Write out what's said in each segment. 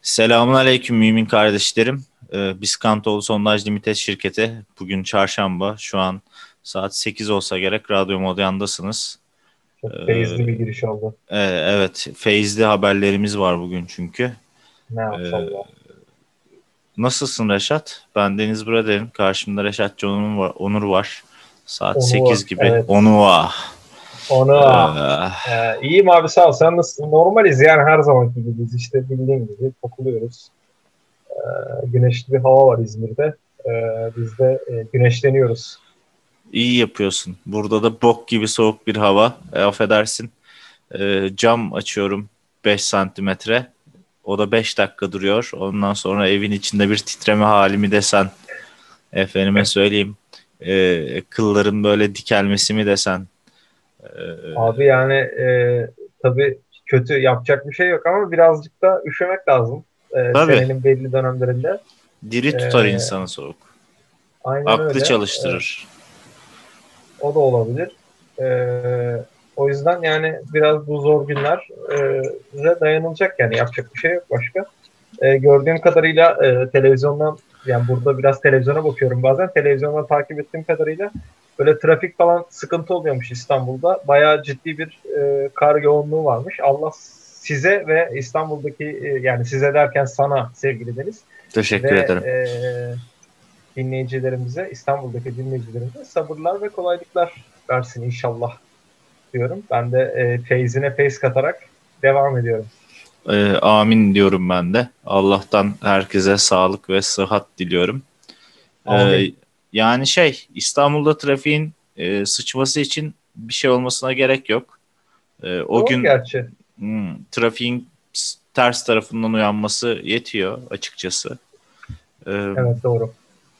Selamünaleyküm mümin kardeşlerim. Biz Kantoğlu Sondaj Limited şirketi. Bugün çarşamba. Şu an saat 8 olsa gerek. Radyo Modern'dasınız. Çok feyizli bir giriş oldu. Evet, feyizli haberlerimiz var bugün çünkü. Ne Ee, yapalım? Nasılsın Reşat? Ben Deniz Brader'im. Karşımda Reşat Onur var. Saat Onu 8 gibi. evet. Onu Onu Ee, iyiyim abi sağ ol. Sen nasılsın? Normaliz yani her zamanki gibiyiz. İşte bildiğin gibi takılıyoruz. Güneşli bir hava var İzmir'de. Biz de güneşleniyoruz. iyi yapıyorsun. Burada da bok gibi soğuk bir hava. Affedersin. Cam açıyorum 5 santimetre. O da 5 dakika duruyor. Ondan sonra evin içinde bir titreme halimi desen. Efendime söyleyeyim. Kılların böyle dikelmesi mi desen. Ee, Abi yani tabii kötü yapacak bir şey yok ama birazcık da üşümek lazım. tabii. Senenin belli dönemlerinde. Diri E, tutar insanı soğuk. aynen Aklı öyle. çalıştırır. O da olabilir. O yüzden yani biraz bu zor günler dayanılacak yani yapacak bir şey yok başka. Gördüğüm kadarıyla televizyondan yani burada biraz televizyona bakıyorum bazen. Televizyondan takip ettiğim kadarıyla böyle trafik falan sıkıntı oluyormuş İstanbul'da. Bayağı ciddi bir kar yoğunluğu varmış. Allah size ve İstanbul'daki yani size derken sana sevgili Deniz Teşekkür ve ederim. dinleyicilerimize, İstanbul'daki dinleyicilerimize sabırlar ve kolaylıklar versin inşallah diyorum. Ben de feyzine feyz katarak devam ediyorum. Amin diyorum ben de. Allah'tan herkese sağlık ve sıhhat diliyorum. Ee, Amin. Yani İstanbul'da trafiğin sıçması için bir şey olmasına gerek yok. O Doğru gün gerçi. trafiğin ters tarafından uyanması yetiyor açıkçası. Ee, Evet doğru.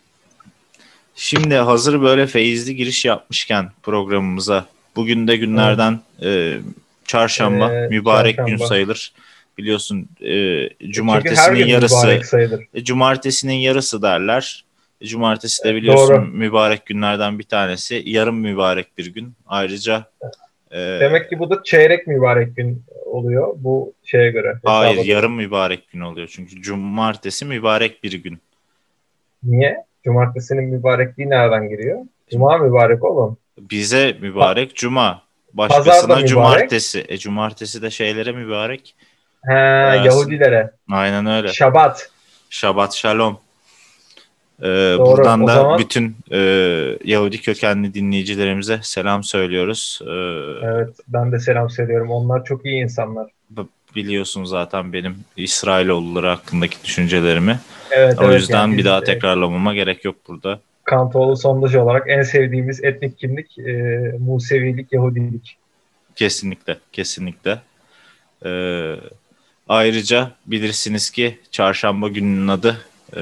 Şimdi hazır böyle feyizli giriş yapmışken programımıza bugün de Evet. günlerden çarşamba mübarek gün Çarşamba. sayılır. Biliyorsun Çünkü her cumartesinin gün yarısı mübarek sayılır. cumartesinin yarısı derler. Cumartesi de biliyorsun Doğru. mübarek günlerden bir tanesi. Yarım mübarek bir gün. Ayrıca e, Demek ki bu da çeyrek mübarek gün oluyor bu şeye göre, hayır, hesaba göre. yarım mübarek gün oluyor. Çünkü cumartesi mübarek bir gün. Niye? Cumartesinin mübarekliği nereden giriyor? Cuma mübarek oğlum. Bize Pa- mübarek cuma. Pazar da Başkasına mübarek. cumartesi. Cumartesi de şeylere mübarek. He, Ee, Yahudilere. aynen öyle. Şabat. Şabat Shalom. Doğru. Buradan O da zaman bütün Yahudi kökenli dinleyicilerimize selam söylüyoruz. evet ben de selam söylüyorum. Onlar çok iyi insanlar. Biliyorsun zaten benim İsrailoğulları hakkındaki düşüncelerimi. Evet O evet yani yüzden bir biz daha tekrarlamama gerek yok burada. Kantoğlu sondajı olarak en sevdiğimiz etnik kimlik Musevilik, Yahudilik. Kesinlikle, kesinlikle. Ee, Ayrıca bilirsiniz ki çarşamba gününün adı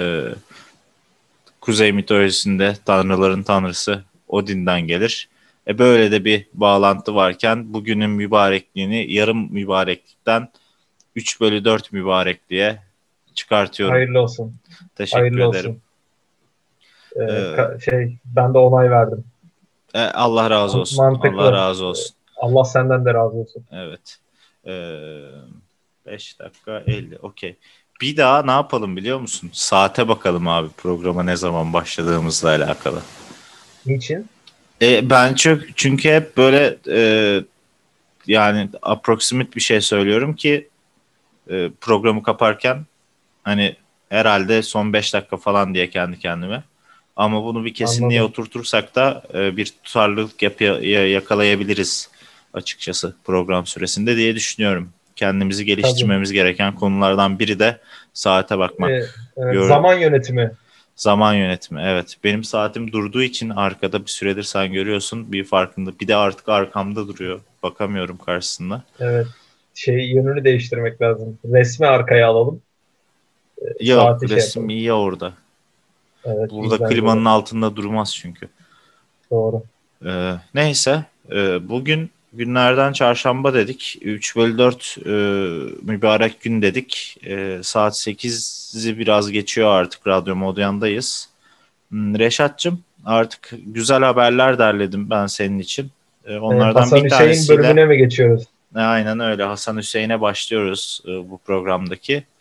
Kuzey mitolojisinde tanrıların tanrısı Odin'den gelir. Böyle de bir bağlantı varken bugünün mübarekliğini yarım mübareklikten 3 bölü 4 mübarekliğe çıkartıyorum. Hayırlı olsun. Teşekkür Hayırlı ederim. olsun. Ee, Ben de onay verdim. Allah razı olsun. Allah Mantıklı. razı olsun. Allah senden de razı olsun. Evet. Ee, 5 dakika 50. Okey. Bir daha ne yapalım biliyor musun? Saate bakalım abi, programa ne zaman başladığımızla alakalı. Niçin? Ben çünkü hep böyle yani approximate bir şey söylüyorum ki programı kaparken hani herhalde son 5 dakika falan diye kendi kendime. Ama bunu bir kesinliğe Anladım. oturtursak da bir tutarlılık yakalayabiliriz açıkçası program süresinde diye düşünüyorum. Kendimizi Tabii. geliştirmemiz gereken konulardan biri de saate bakmak. Evet, zaman yönetimi. Zaman yönetimi, evet. Benim saatim durduğu için arkada bir süredir sen görüyorsun bir farkında. Bir de artık arkamda duruyor. Bakamıyorum karşısında. Evet. Yönünü değiştirmek lazım. Resmi arkaya alalım. Yok, Saati şey resim yapalım. iyi orada. Evet, Burada bence de. klimanın altında durmaz çünkü. Doğru. Neyse. Bugün günlerden çarşamba dedik. 3 bölü 4 mübarek gün dedik. Saat 8'i biraz geçiyor, artık Radyo Modyan'dayız. Reşat'cığım, artık güzel haberler derledim ben senin için. Onlardan Hasan bir Hüseyin tanesiyle bölümüne mi geçiyoruz? aynen öyle Hasan Hüseyin'e başlıyoruz bu programdaki.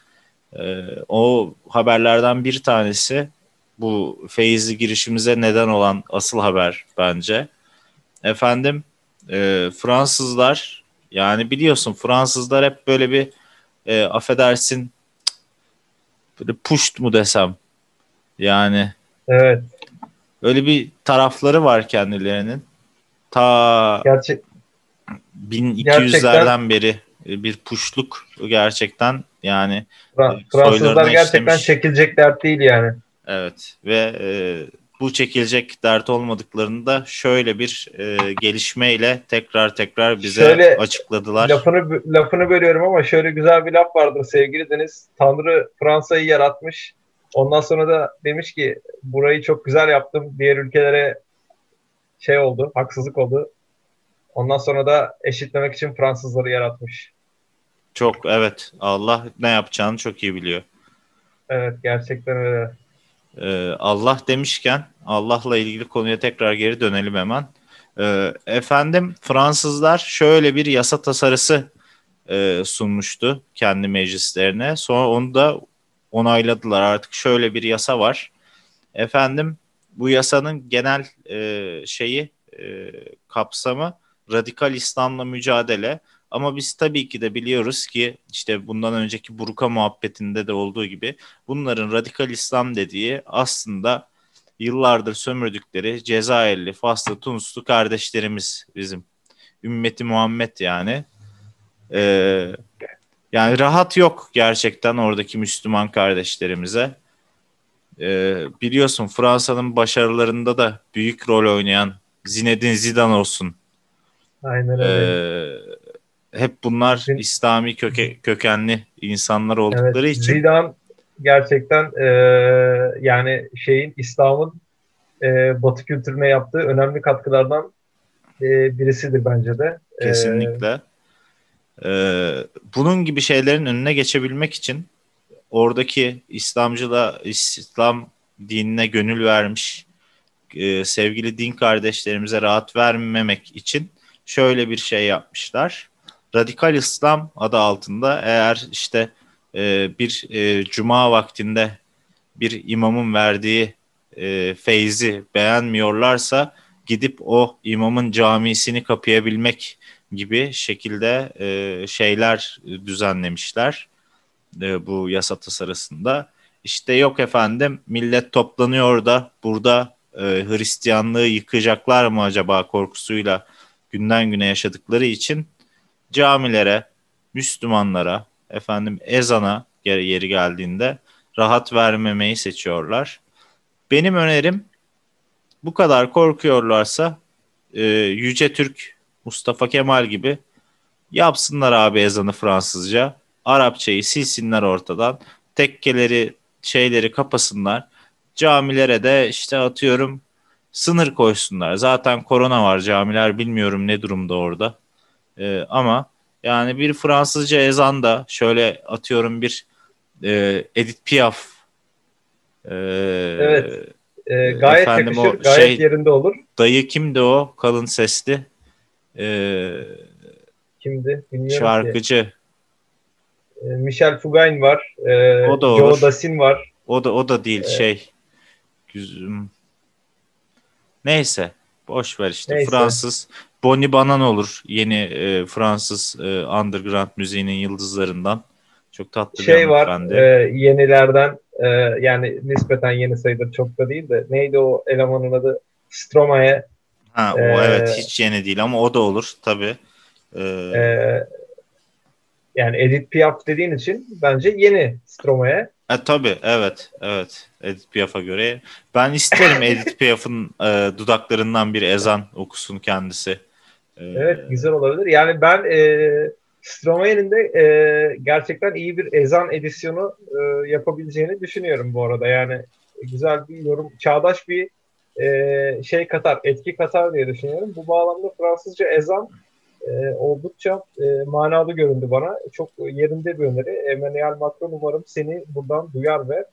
O haberlerden bir tanesi bu feyizli girişimize neden olan asıl haber bence. Efendim Fransızlar, yani biliyorsun Fransızlar hep böyle bir affedersin, böyle puşt mu desem, yani Evet. öyle bir tarafları var kendilerinin. Ta Gerçek, gerçekten 1200'lerden beri bir puşluk gerçekten, yani Fransızlar soylarına gerçekten işlemiş. çekilecek dert değil yani. Evet ve bu çekilecek dert olmadıklarını da şöyle bir gelişmeyle tekrar tekrar bize Şöyle açıkladılar. lafını bölüyorum ama şöyle güzel bir laf vardır sevgili Deniz. Tanrı Fransa'yı yaratmış. Ondan sonra da demiş ki burayı çok güzel yaptım. Diğer ülkelere şey oldu, haksızlık oldu. Ondan sonra da eşitlemek için Fransızları yaratmış. Çok, evet, Allah ne yapacağını çok iyi biliyor. Evet, gerçekten öyle. Allah demişken Allah'la ilgili konuya tekrar geri dönelim hemen. Efendim Fransızlar şöyle bir yasa tasarısı sunmuştu kendi meclislerine. Sonra onu da onayladılar. Artık şöyle bir yasa var. Efendim bu yasanın genel kapsamı radikal İslam'la mücadele. Ama biz tabii ki de biliyoruz ki işte bundan önceki burka muhabbetinde de olduğu gibi bunların radikal İslam dediği aslında yıllardır sömürdükleri Cezayirli, Faslı, Tunuslu kardeşlerimiz bizim. Ümmeti Muhammed yani. Ee, Yani rahat yok gerçekten oradaki Müslüman kardeşlerimize. Biliyorsun Fransa'nın başarılarında da büyük rol oynayan Zinedine Zidane olsun. Aynen öyle. Ee, Hep bunlar Zin- İslami kökenli insanlar evet, oldukları için Zidane gerçekten yani şeyin İslam'ın Batı kültürüne yaptığı önemli katkılardan birisidir bence de. kesinlikle bunun gibi şeylerin önüne geçebilmek için oradaki İslam dinine gönül vermiş sevgili din kardeşlerimize rahat vermemek için şöyle bir şey yapmışlar. Radikal İslam adı altında eğer işte bir cuma vaktinde bir imamın verdiği feyzi beğenmiyorlarsa gidip o imamın camisini kapayabilmek gibi şekilde şeyler düzenlemişler bu yasa tasarısında. İşte yok efendim millet toplanıyor da burada Hristiyanlığı yıkacaklar mı acaba korkusuyla günden güne yaşadıkları için camilere, Müslümanlara, efendim ezana yeri geldiğinde rahat vermemeyi seçiyorlar. Benim önerim, bu kadar korkuyorlarsa Yüce Türk, Mustafa Kemal gibi yapsınlar abi ezanı Fransızca. Arapçayı silsinler ortadan. Tekkeleri, şeyleri kapasınlar. Camilere de işte atıyorum sınır koysunlar. Zaten korona var, camiler bilmiyorum ne durumda orada. Ama yani bir Fransızca ezan da şöyle atıyorum bir Edith Piaf, Evet, e, gayet efendim yakışır, o gayet şey yerinde olur. dayı kimdi o kalın sesli e, Kimdi bilmiyorum ki. şarkıcı, Michel Fugain var, o da Joe olur. Dassin var. O da değil E, şey. Güzüm. Neyse. Boş ver işte. neyse. Fransız. Bonnie Banan olur. Yeni Fransız underground müziğinin yıldızlarından. Çok tatlı bir Şey var, hanımefendi. yenilerden, yani nispeten yeni sayılır, çok da değil de. Neydi o elemanın adı? Stromae. Ha, E, o evet hiç yeni değil ama o da olur tabii. E, e, Yani Edith Piaf dediğin için bence yeni Stromae. tabii evet evet Edith Piaf'a göre. Ben isterim Edith Piaf'ın dudaklarından bir ezan okusun kendisi. E, Evet, güzel olabilir. Yani ben Stromae'nin de gerçekten iyi bir ezan edisyonu yapabileceğini düşünüyorum bu arada. Yani güzel bir yorum, çağdaş bir şey katar, etki katar diye düşünüyorum. Bu bağlamda Fransızca ezan oldukça manalı göründü bana. Çok yerinde bir öneri. Emmanuel Macron umarım seni buradan duyar ve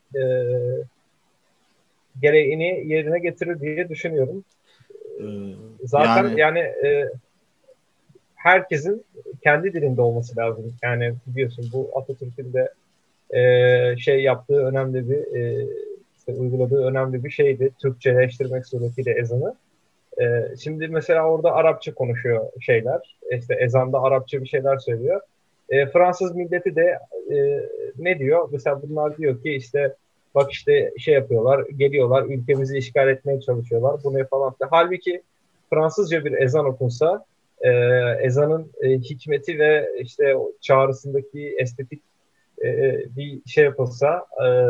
gereğini yerine getirir diye düşünüyorum. e, Zaten Yani yani herkesin kendi dilinde olması lazım. Yani biliyorsun bu Atatürk'ün de şey yaptığı önemli bir işte uyguladığı önemli bir şeydi. Türkçeleştirmek suretiyle ezanı. Şimdi mesela orada Arapça konuşuyor şeyler. İşte ezanda Arapça bir şeyler söylüyor. Fransız milleti de ne diyor? Mesela bunlar diyor ki işte bak işte şey yapıyorlar, geliyorlar, ülkemizi işgal etmeye çalışıyorlar. Bu ne falan. Halbuki Fransızca bir ezan okunsa e, ezanın hikmeti ve işte o çağrısındaki estetik bir şey yapılsa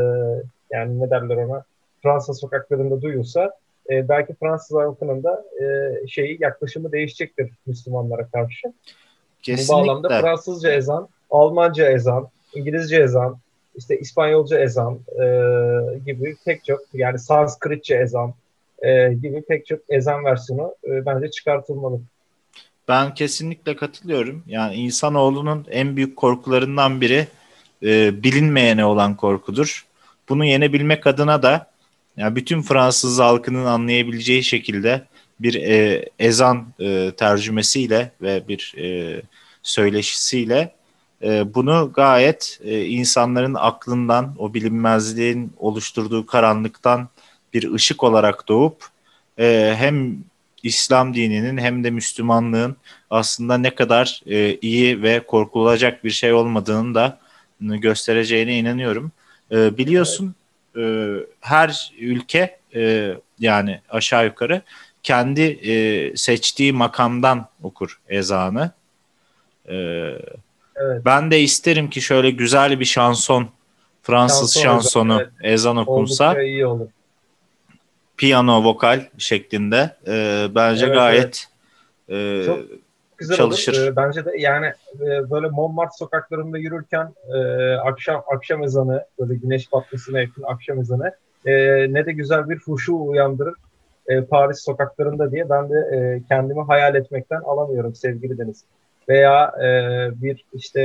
yani ne derler ona Fransa sokaklarında duyulsa belki Fransız halkının da şeyi yaklaşımı değişecektir Müslümanlara karşı. Bu bağlamda Kesinlikle. Fransızca ezan, Almanca ezan, İngilizce ezan, işte İspanyolca ezan gibi pek çok yani Sanskritçe ezan gibi pek çok ezan versiyonu bence çıkartılmalı. Ben kesinlikle katılıyorum. Yani insanoğlunun en büyük korkularından biri bilinmeyene olan korkudur. Bunu yenebilmek adına da yani bütün Fransız halkının anlayabileceği şekilde bir ezan tercümesiyle ve bir söyleşisiyle bunu gayet insanların aklından, o bilinmezliğin oluşturduğu karanlıktan bir ışık olarak doğup hem İslam dininin hem de Müslümanlığın aslında ne kadar iyi ve korkulacak bir şey olmadığını da göstereceğine inanıyorum. Evet, Biliyorsun her ülke yani aşağı yukarı kendi seçtiği makamdan okur ezanı. E, evet. Ben de isterim ki şöyle güzel bir şanson, Fransız Şanson ezan, şansonu evet. ezan Oldukça okunsa iyi olur. piyano vokal şeklinde bence Evet, evet. gayet e, Çok güzel olur. çalışır. Bence de yani böyle Montmartre sokaklarında yürürken akşam ezanı, böyle güneş batmasına yakın akşam ezanı ne de güzel bir huşu uyandırır Paris sokaklarında diye ben de kendimi hayal etmekten alamıyorum sevgili Deniz. Veya bir işte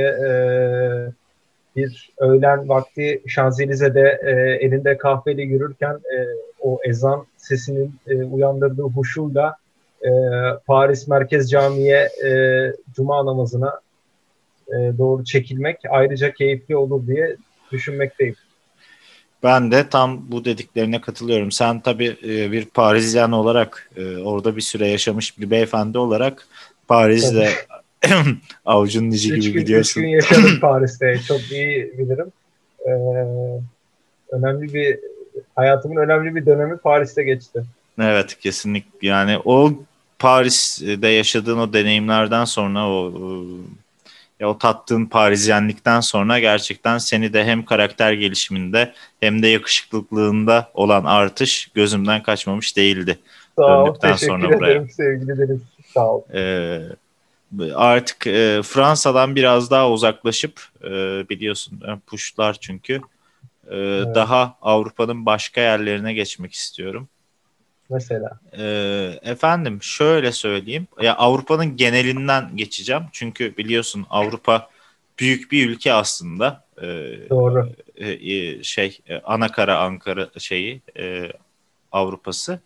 bir öğlen vakti Şanzelize'de elinde kahveyle yürürken o ezan sesinin uyandırdığı huşuyla e, Paris Merkez Camii'ye Cuma namazına doğru çekilmek ayrıca keyifli olur diye düşünmekteyim. Ben de tam bu dediklerine katılıyorum. Sen tabii bir Parisyen olarak orada bir süre yaşamış bir beyefendi olarak Tabii. Paris'de avucunun içi gibi Üç gün biliyorsun. yaşadım Paris'te. Çok iyi bilirim. E, önemli bir hayatımın önemli bir dönemi Paris'te geçti. Evet, kesinlikle yani o Paris'te yaşadığın o deneyimlerden sonra o tattığın Parisyenlikten sonra gerçekten seni de hem karakter gelişiminde hem de yakışıklılığında olan artış gözümden kaçmamış değildi Sağ ol. döndükten Teşekkür sonra buraya. ederim sevgili Deniz. Sağ ol. Ee, Artık Fransa'dan biraz daha uzaklaşıp biliyorsun puşlar çünkü Evet. daha Avrupa'nın başka yerlerine geçmek istiyorum. Mesela. Efendim şöyle söyleyeyim. Ya Avrupa'nın genelinden geçeceğim. Çünkü biliyorsun Avrupa büyük bir ülke aslında. Doğru. Anakara Ankara Avrupa'sı.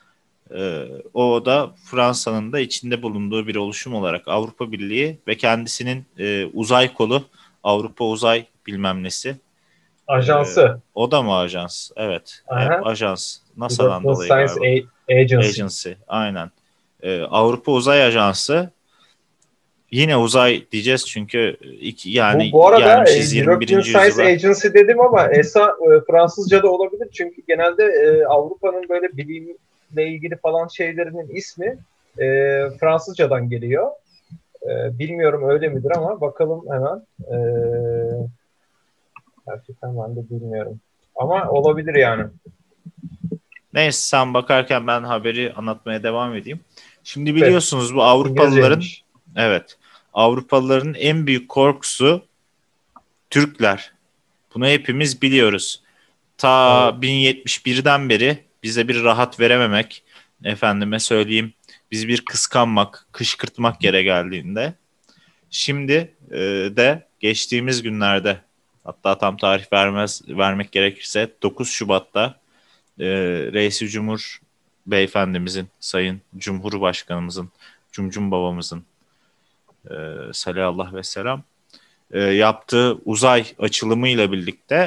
O da Fransa'nın da içinde bulunduğu bir oluşum olarak Avrupa Birliği ve kendisinin uzay kolu Avrupa Uzay bilmem nesi. Ajansı. O da mı ajans? Evet. Hep Aha. ajans. NASA'dan European dolayı Science galiba. Agency. Agency. Aynen. Avrupa Uzay Ajansı yine uzay diyeceğiz çünkü yani Bu arada gelmişiz European 21. Science yüzyıla. Agency dedim ama Fransızca da olabilir. Çünkü genelde Avrupa'nın böyle bilimle ilgili falan şeylerinin ismi Fransızcadan geliyor. Bilmiyorum öyle midir ama bakalım hemen. Gerçekten ben de bilmiyorum. Ama olabilir yani. Neyse sen bakarken ben haberi anlatmaya devam edeyim. Şimdi Süper. biliyorsunuz bu Avrupalıların, İngilizceymiş. evet, Avrupalıların en büyük korkusu Türkler. Bunu hepimiz biliyoruz. Evet. Ta 1071'den beri bize bir rahat verememek, efendime söyleyeyim, biz bir kıskanmak, kışkırtmak yere geldiğinde. Şimdi de geçtiğimiz günlerde, hatta tam tarih vermek gerekirse 9 Şubat'ta Reis-i Cumhur Beyefendimizin, Sayın Cumhurbaşkanımızın, Cumcum babamızın e, sallallahu ve selam yaptığı uzay açılımıyla birlikte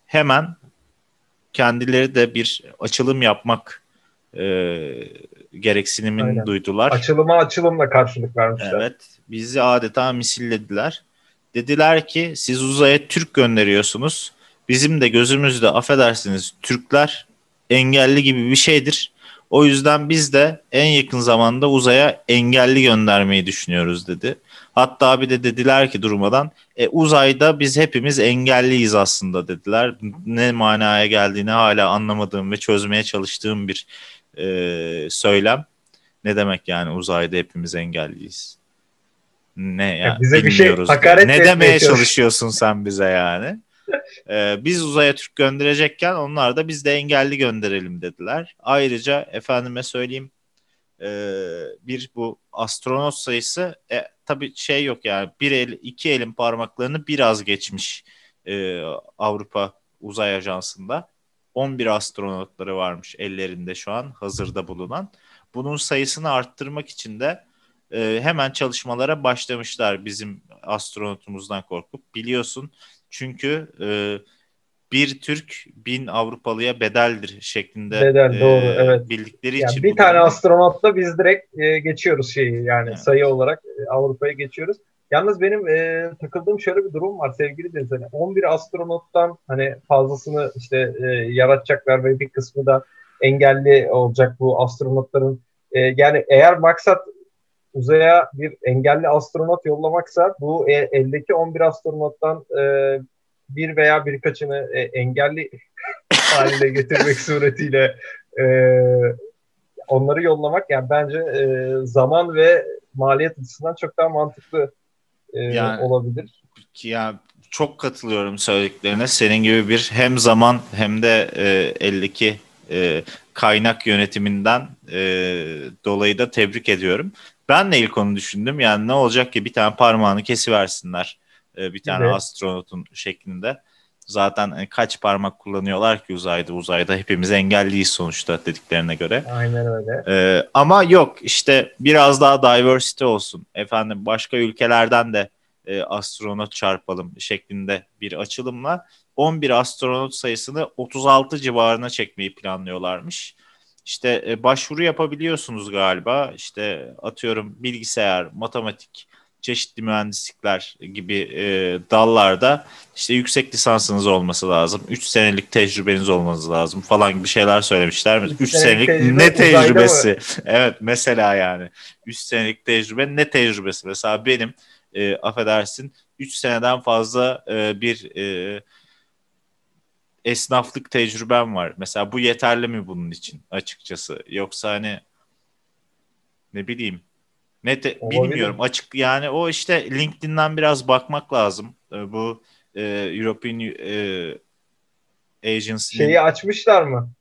hemen kendileri de bir açılım yapmak e, gereksinimini Aynen. duydular. Açılıma açılımla karşılık vermişler. Evet, bizi adeta misillediler. Dediler ki siz uzaya Türk gönderiyorsunuz. Bizim de gözümüzde affedersiniz Türkler engelli gibi bir şeydir. O yüzden biz de en yakın zamanda uzaya engelli göndermeyi düşünüyoruz dedi. Hatta bir de dediler ki durmadan uzayda biz hepimiz engelliyiz aslında dediler. Ne manaya geldiğini hala anlamadığım ve çözmeye çalıştığım bir söylem. Ne demek yani uzayda hepimiz engelliyiz? Ne ya Bize bir şey bilmiyoruz diye. hakaret mi Ne etmeye demeye çalışıyor? çalışıyorsun sen bize yani? Biz uzaya Türk gönderecekken onlar da biz de engelli gönderelim dediler. Ayrıca efendime söyleyeyim e, bir bu astronot sayısı tabii şey yok yani bir el iki elin parmaklarını biraz geçmiş Avrupa Uzay Ajansı'nda. 11 astronotları varmış ellerinde şu an hazırda bulunan. Bunun sayısını arttırmak için de hemen çalışmalara başlamışlar bizim astronotumuzdan korkup. Biliyorsun çünkü bir Türk 1000 Avrupalıya bedeldir şeklinde Bedel doğru, evet. bildikleri Yani için bir bu tane durumu. astronotla biz direkt geçiyoruz şeyi, yani sayı Evet. olarak Avrupa'ya geçiyoruz. Yalnız benim takıldığım şöyle bir durum var sevgili Deniz. Hani 11 astronottan hani fazlasını işte yaratacaklar ve bir kısmı da engelli olacak bu astronotların. Yani eğer maksat uzaya bir engelli astronot yollamaksa bu eldeki 11 astronottan bir veya birkaçını engelli haline getirmek suretiyle e, onları yollamak, yani bence zaman ve maliyet açısından çok daha mantıklı Yani olabilir. ya çok katılıyorum söylediklerine. Senin gibi bir hem zaman hem de eldeki kaynak yönetiminden dolayı da tebrik ediyorum. Ben de ilk onu düşündüm. Yani ne olacak ki bir tane parmağını kesiversinler bir tane Gibi. astronotun şeklinde. Zaten kaç parmak kullanıyorlar ki uzayda? Uzayda hepimiz engelliyiz sonuçta dediklerine göre. Aynen öyle. Ama yok işte biraz daha diversity olsun. Efendim başka ülkelerden de astronot çarpalım şeklinde bir açılımla 11 astronot sayısını 36 civarına çekmeyi planlıyorlarmış. İşte başvuru yapabiliyorsunuz galiba. İşte atıyorum bilgisayar, matematik, çeşitli mühendislikler gibi dallarda işte yüksek lisansınız olması lazım. 3 senelik tecrübeniz olması lazım falan gibi şeyler söylemişler. 3 3 senelik senelik tecrübe ne uzayda mı? tecrübesi? Evet mesela yani 3 senelik tecrübe ne tecrübesi? Mesela benim affedersin 3 seneden fazla bir esnaflık tecrübem var. Mesela bu yeterli mi bunun için açıkçası? Yoksa hani ne bileyim Olabilir. bilmiyorum açık yani o işte LinkedIn'den biraz bakmak lazım. Bu European Agency'nin Şeyi açmışlar mı?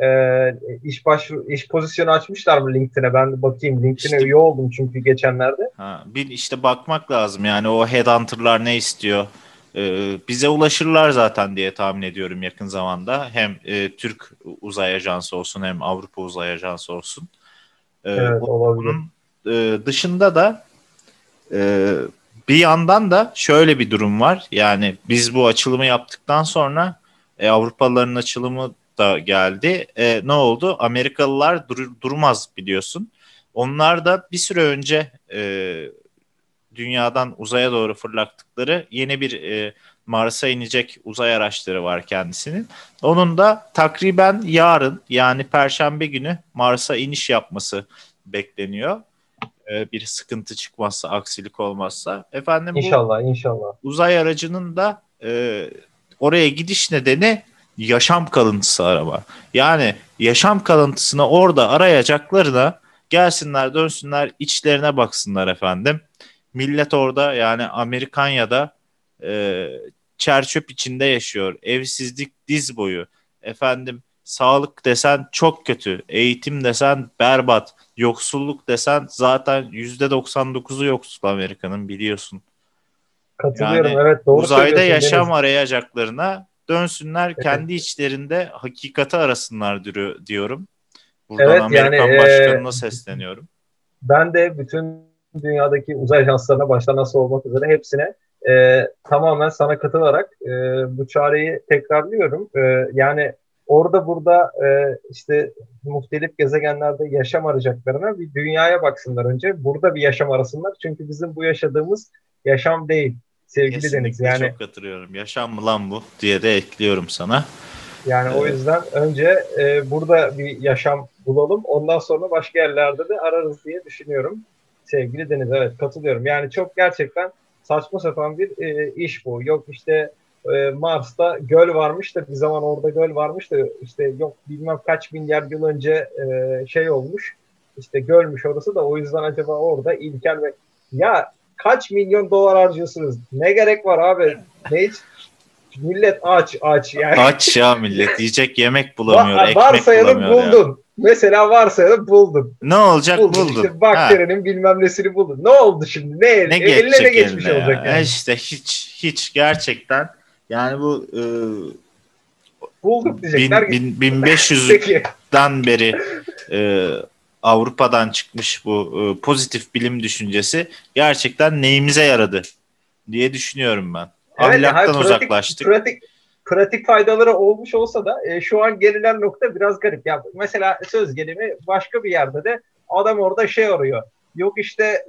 İş pozisyonu açmışlar mı LinkedIn'e? Ben de bakayım. LinkedIn'e işte üye oldum çünkü geçenlerde. bir işte bakmak lazım yani o headhunter'lar ne istiyor? Bize ulaşırlar zaten diye tahmin ediyorum yakın zamanda. Hem Türk Uzay Ajansı olsun hem Avrupa Uzay Ajansı olsun. Evet, olabilir. Onun dışında da e, bir yandan da şöyle bir durum var. Yani biz bu açılımı yaptıktan sonra Avrupalıların açılımı da geldi. Ne oldu? Amerikalılar durmaz biliyorsun. Onlar da bir süre önce dünyadan uzaya doğru fırlattıkları yeni bir Mars'a inecek uzay araçları var kendisinin. Onun da takriben yarın yani Perşembe günü Mars'a iniş yapması bekleniyor. Bir sıkıntı çıkmazsa, aksilik olmazsa. Efendim bu İnşallah, inşallah. uzay aracının da oraya gidiş nedeni yaşam kalıntısı arama. Yani yaşam kalıntısını orada arayacaklarına gelsinler dönsünler içlerine baksınlar efendim. Millet orada yani Amerikanya'da e, çerçöp içinde yaşıyor. Evsizlik diz boyu. Efendim sağlık desen çok kötü. Eğitim desen berbat. Yoksulluk desen zaten %99'u yoksul Amerika'nın biliyorsun. Katılıyorum. Yani Evet, doğru uzayda söylüyorsun yaşam Deniz. arayacaklarına dönsünler Evet, kendi içlerinde hakikati arasınlar diyorum. Buradan evet yani Amerikan başkanına sesleniyorum. ben de bütün dünyadaki uzay ajanslarına başta NASA olmak üzere hepsine Tamamen sana katılarak bu çağrıyı tekrarlıyorum. Yani orada burada işte muhtelif gezegenlerde yaşam arayacaklarına bir dünyaya baksınlar önce. Burada bir yaşam arasınlar. Çünkü bizim bu yaşadığımız yaşam değil sevgili Deniz. Kesinlikle Yani çok katılıyorum. Yaşam mı lan bu diye de ekliyorum sana. o Ee, yüzden önce burada bir yaşam bulalım. Ondan sonra başka yerlerde de ararız diye düşünüyorum. Sevgili Deniz, evet katılıyorum. Yani çok gerçekten saçma sapan bir iş bu. Yok işte Mars'ta göl varmış da bir zaman orada göl varmış da işte yok bilmem kaç milyar yıl önce şey olmuş. İşte gölmüş orası da o yüzden acaba orada ilkel ve ya kaç milyon dolar harcıyorsunuz? Ne gerek var abi? Ne hiç millet aç yani. Aç ya millet. Yiyecek yemek bulamıyor. Ekmek Varsayalım bulamıyor ya. buldun. Mesela varsayalım buldun. Ne olacak Buldun buldun. işte Ha, bakterinin bilmem nesini buldun. Ne oldu şimdi? Ne ne eline ne geçecek geçmiş eline olacak ya. yani? İşte hiç gerçekten yani bu Bulduk diyecekler. 1500'den Peki. beri e, Avrupa'dan çıkmış bu pozitif bilim düşüncesi gerçekten neyimize yaradı diye düşünüyorum ben. Evet ya hayır, Ahlaktan uzaklaştık. pratik faydaları olmuş olsa da şu an gelinen nokta biraz garip. Ya mesela söz gelimi başka bir yerde de adam orada şey arıyor. Yok işte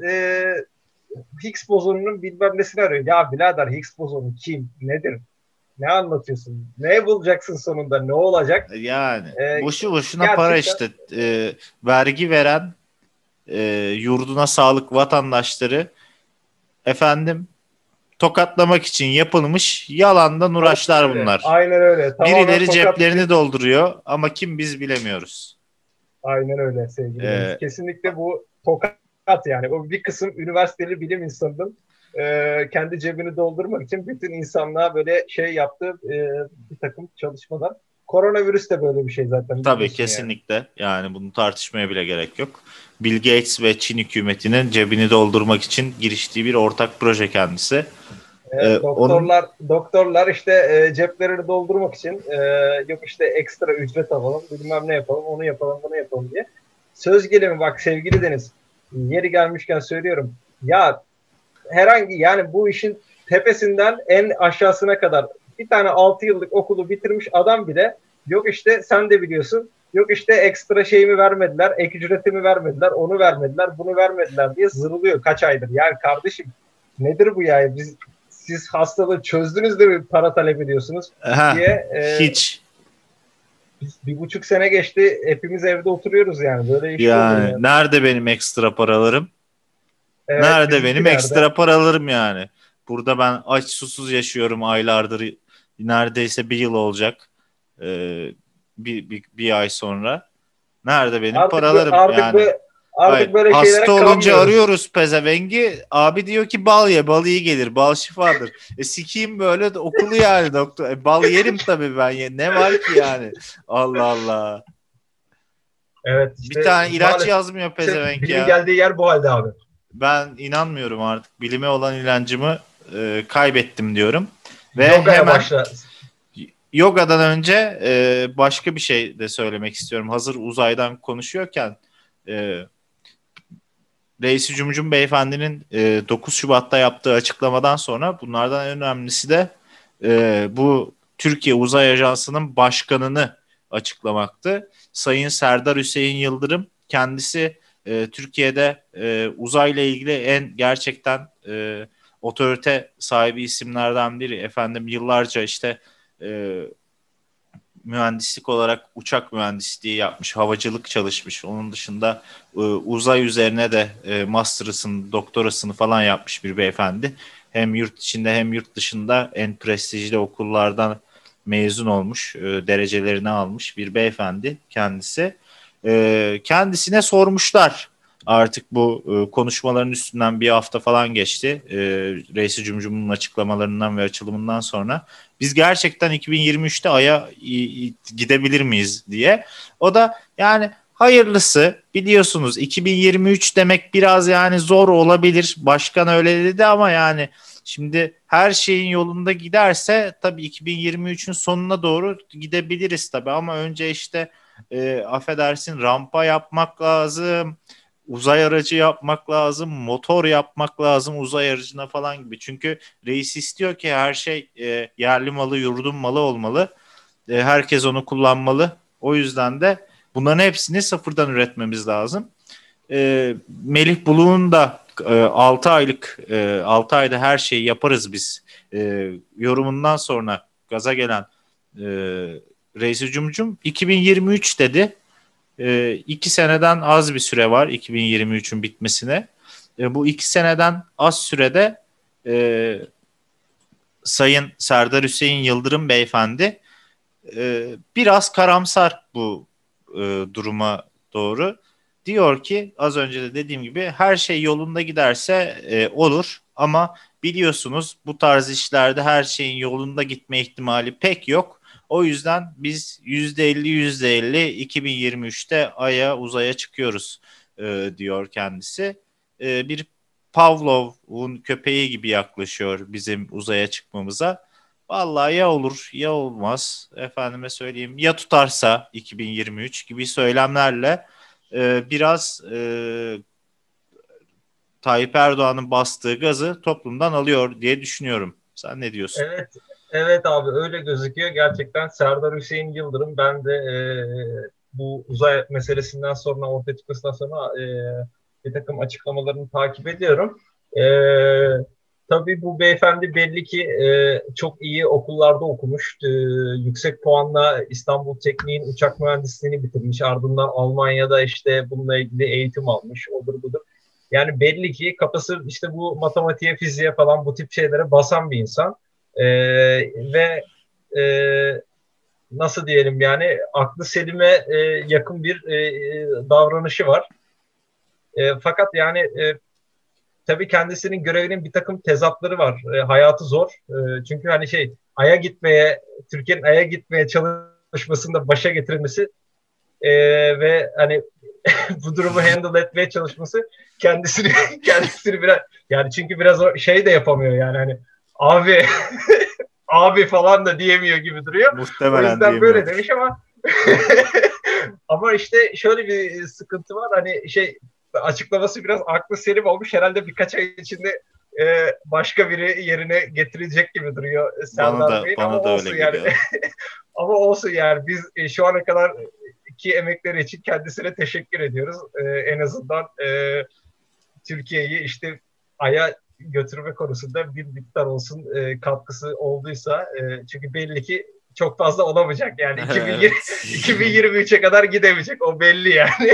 Higgs bozonunun bilmem nesini arıyor. Ya birader Higgs bozonu kim? Nedir? Ne anlatıyorsun? Ne bulacaksın sonunda? Ne olacak? Yani boşu boşuna para Gerçekten işte. Vergi veren e, yurduna sağlık vatandaşları efendim tokatlamak için yapılmış yalandan aynen uğraşlar öyle. bunlar. Aynen öyle. Tamamen Birileri tokat ceplerini bir dolduruyor ama kim biz bilemiyoruz. aynen öyle sevgili Deniz. E, Kesinlikle bu tokat yani. O bir kısım üniversiteli bilim insanının kendi cebini doldurmak için bütün insanlığa böyle şey yaptığı bir takım çalışmalar. Koronavirüs de böyle bir şey zaten tabii biliyorsun yani. kesinlikle yani bunu tartışmaya bile gerek yok. Bill Gates ve Çin hükümetinin cebini doldurmak için giriştiği bir ortak proje kendisi. Onun Doktorlar işte ceplerini doldurmak için yok işte ekstra ücret alalım, bilmem ne yapalım, onu yapalım, bunu yapalım diye. Söz gelimi bak sevgili Deniz, yeri gelmişken söylüyorum. Ya herhangi yani bu işin tepesinden en aşağısına kadar bir tane 6 yıllık okulu bitirmiş adam bile yok işte sen de biliyorsun. Yok işte ekstra şeyimi vermediler, ek ücretimi vermediler, onu vermediler, bunu vermediler diye zırılıyor kaç aydır. Yani kardeşim nedir bu yani? Siz hastalığı çözdünüz de mi para talep ediyorsunuz ha, diye hiç biz 1,5 sene geçti hepimiz evde oturuyoruz yani böyle iş mi olur yani yani? nerede benim ekstra paralarım? Evet Nerede benim bizimkilerde ekstra paralarım yani? Burada ben aç susuz yaşıyorum aylardır. Neredeyse bir yıl olacak. Ee, bir ay sonra. Nerede benim artık paralarım yani? Hayır. artık böyle Hasta şeylere olunca kanmıyoruz. arıyoruz pezevengi. Abi diyor ki bal ye, bal iyi gelir. Bal şifadır. Sikeyim böyle de okulu yani doktor. Bal yerim tabii ben. Ne var ki yani? Allah Allah. Evet Bir işte tane ilaç maalesef yazmıyor pezevenk bilimin ya. geldiği yer bu halde abi. Ben inanmıyorum artık. Bilime olan inancımı kaybettim diyorum. Ve Yogaya hemen başla. yogadan önce başka bir şey de söylemek istiyorum. Hazır uzaydan konuşuyorken e, Reis-i Cumhurcum Beyefendi'nin 9 Şubat'ta yaptığı açıklamadan sonra bunlardan en önemlisi de bu Türkiye Uzay Ajansı'nın başkanını açıklamaktı. Sayın Serdar Hüseyin Yıldırım kendisi Türkiye'de uzayla ilgili en gerçekten otorite sahibi isimlerden biri. Efendim yıllarca işte e, mühendislik olarak uçak mühendisliği yapmış, havacılık çalışmış. Onun dışında uzay üzerine de master'ısını, doktorasını falan yapmış bir beyefendi. Hem yurt içinde hem yurt dışında en prestijli okullardan mezun olmuş, derecelerini almış bir beyefendi kendisi. Kendisine sormuşlar. Artık bu konuşmaların üstünden bir hafta falan geçti. Reis-i Cumhurbaşkanı'nın açıklamalarından ve açılımından sonra biz gerçekten 2023'te Ay'a gidebilir miyiz diye. O da yani hayırlısı biliyorsunuz 2023 demek biraz yani zor olabilir. Başkan öyle dedi ama yani şimdi her şeyin yolunda giderse tabii 2023'ün sonuna doğru gidebiliriz tabii ama önce işte affedersin rampa yapmak lazım. uzay aracı yapmak lazım, motor yapmak lazım uzay aracına falan gibi. Çünkü reis istiyor ki her şey yerli malı, yurdun malı olmalı. Herkes onu kullanmalı. O yüzden de bunların hepsini sıfırdan üretmemiz lazım. Melih Buluğ'un da 6 aylık 6 ayda her şeyi yaparız biz yorumundan sonra gaza gelen e, Reis Cumcum 2023 dedi. 2 seneden az bir süre var 2023'ün bitmesine. Bu 2 seneden az sürede e, Sayın Serdar Hüseyin Yıldırım Beyefendi biraz karamsar bu duruma doğru. Diyor ki az önce de dediğim gibi her şey yolunda giderse olur ama biliyorsunuz bu tarz işlerde her şeyin yolunda gitme ihtimali pek yok. O yüzden biz %50 2023'te Ay'a uzaya çıkıyoruz diyor kendisi. Bir Pavlov'un köpeği gibi yaklaşıyor bizim uzaya çıkmamıza. Vallahi ya olur ya olmaz. Efendime söyleyeyim ya tutarsa 2023 gibi söylemlerle biraz Tayyip Erdoğan'ın bastığı gazı toplumdan alıyor diye düşünüyorum. Sen ne diyorsun? Evet, evet abi öyle gözüküyor. Gerçekten Serdar Hüseyin Yıldırım ben de bu uzay meselesinden sonra ortaya çıkmasından sonra bir takım açıklamalarını takip ediyorum. E, tabii bu beyefendi belli ki çok iyi okullarda okumuş. Yüksek puanla İstanbul Teknik'in uçak mühendisliğini bitirmiş. Ardından Almanya'da işte bununla ilgili eğitim almış. Odur budur. Yani belli ki kafası işte bu matematiğe, fiziğe falan bu tip şeylere basan bir insan. Ve e, nasıl diyelim yani aklı selime yakın bir davranışı var. Fakat yani tabii kendisinin görevinin bir takım tezatları var. Hayatı zor. Çünkü hani şey Ay'a gitmeye, Türkiye'nin Ay'a gitmeye çalışmasında başa getirilmesi ve hani bu durumu handle etmeye çalışması kendisini kendisini biraz yani çünkü biraz o şey de yapamıyor yani hani abi abi falan da diyemiyor gibi duruyor. O Muhtemelen yüzden böyle diyemiyordur. demiş ama ama işte şöyle bir sıkıntı var. Hani şey açıklaması biraz aklı selim olmuş. Herhalde birkaç ay içinde başka biri yerine getirecek gibi duruyor Bana Serdar da Bey'in ama bana da öyle olsun yani. geliyor. Ama olsun yani biz şu ana kadar ki emekleri için kendisine teşekkür ediyoruz. En azından Türkiye'yi işte Ay'a götürme konusunda bir miktar olsun katkısı olduysa çünkü belli ki çok fazla olamayacak yani 2020, Evet. 2023'e kadar gidemeyecek o belli yani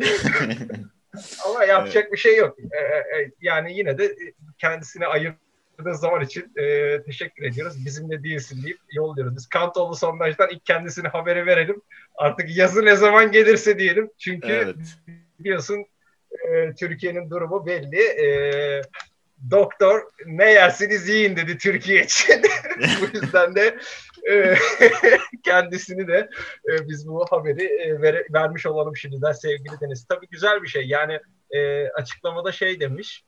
ama Evet. yapacak bir şey yok yani yine de kendisine ayırdığı zaman için teşekkür ediyoruz bizimle değilsin deyip yolluyoruz biz Kantoğlu sondajdan ilk kendisine haberi verelim artık yazı ne zaman gelirse diyelim çünkü Evet. biliyorsun Türkiye'nin durumu belli. Doktor ne yersiniz yiyin dedi Türkiye için. Bu yüzden de e, kendisini de biz bu haberi vermiş olalım şimdiden sevgili Deniz. Tabii güzel bir şey. Yani açıklamada şey demiş.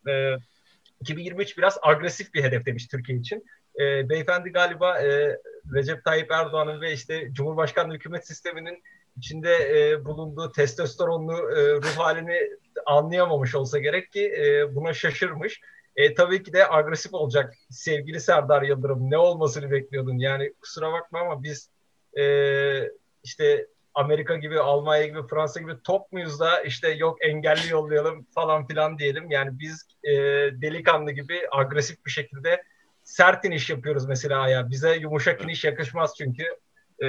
2023 biraz agresif bir hedef demiş Türkiye için. Beyefendi galiba Recep Tayyip Erdoğan'ın ve işte Cumhurbaşkanlığı hükümet sisteminin içinde bulunduğu testosteronlu ruh halini anlayamamış olsa gerek ki buna şaşırmış. Tabii ki de agresif olacak sevgili Serdar Yıldırım. Ne olmasını bekliyordun? Yani kusura bakma ama biz e, işte Amerika gibi, Almanya gibi, Fransa gibi top muyuz da işte yok engelli yollayalım falan filan diyelim. Yani biz delikanlı gibi agresif bir şekilde sert iniş yapıyoruz mesela ya. Bize yumuşak Evet. iniş yakışmaz çünkü. E,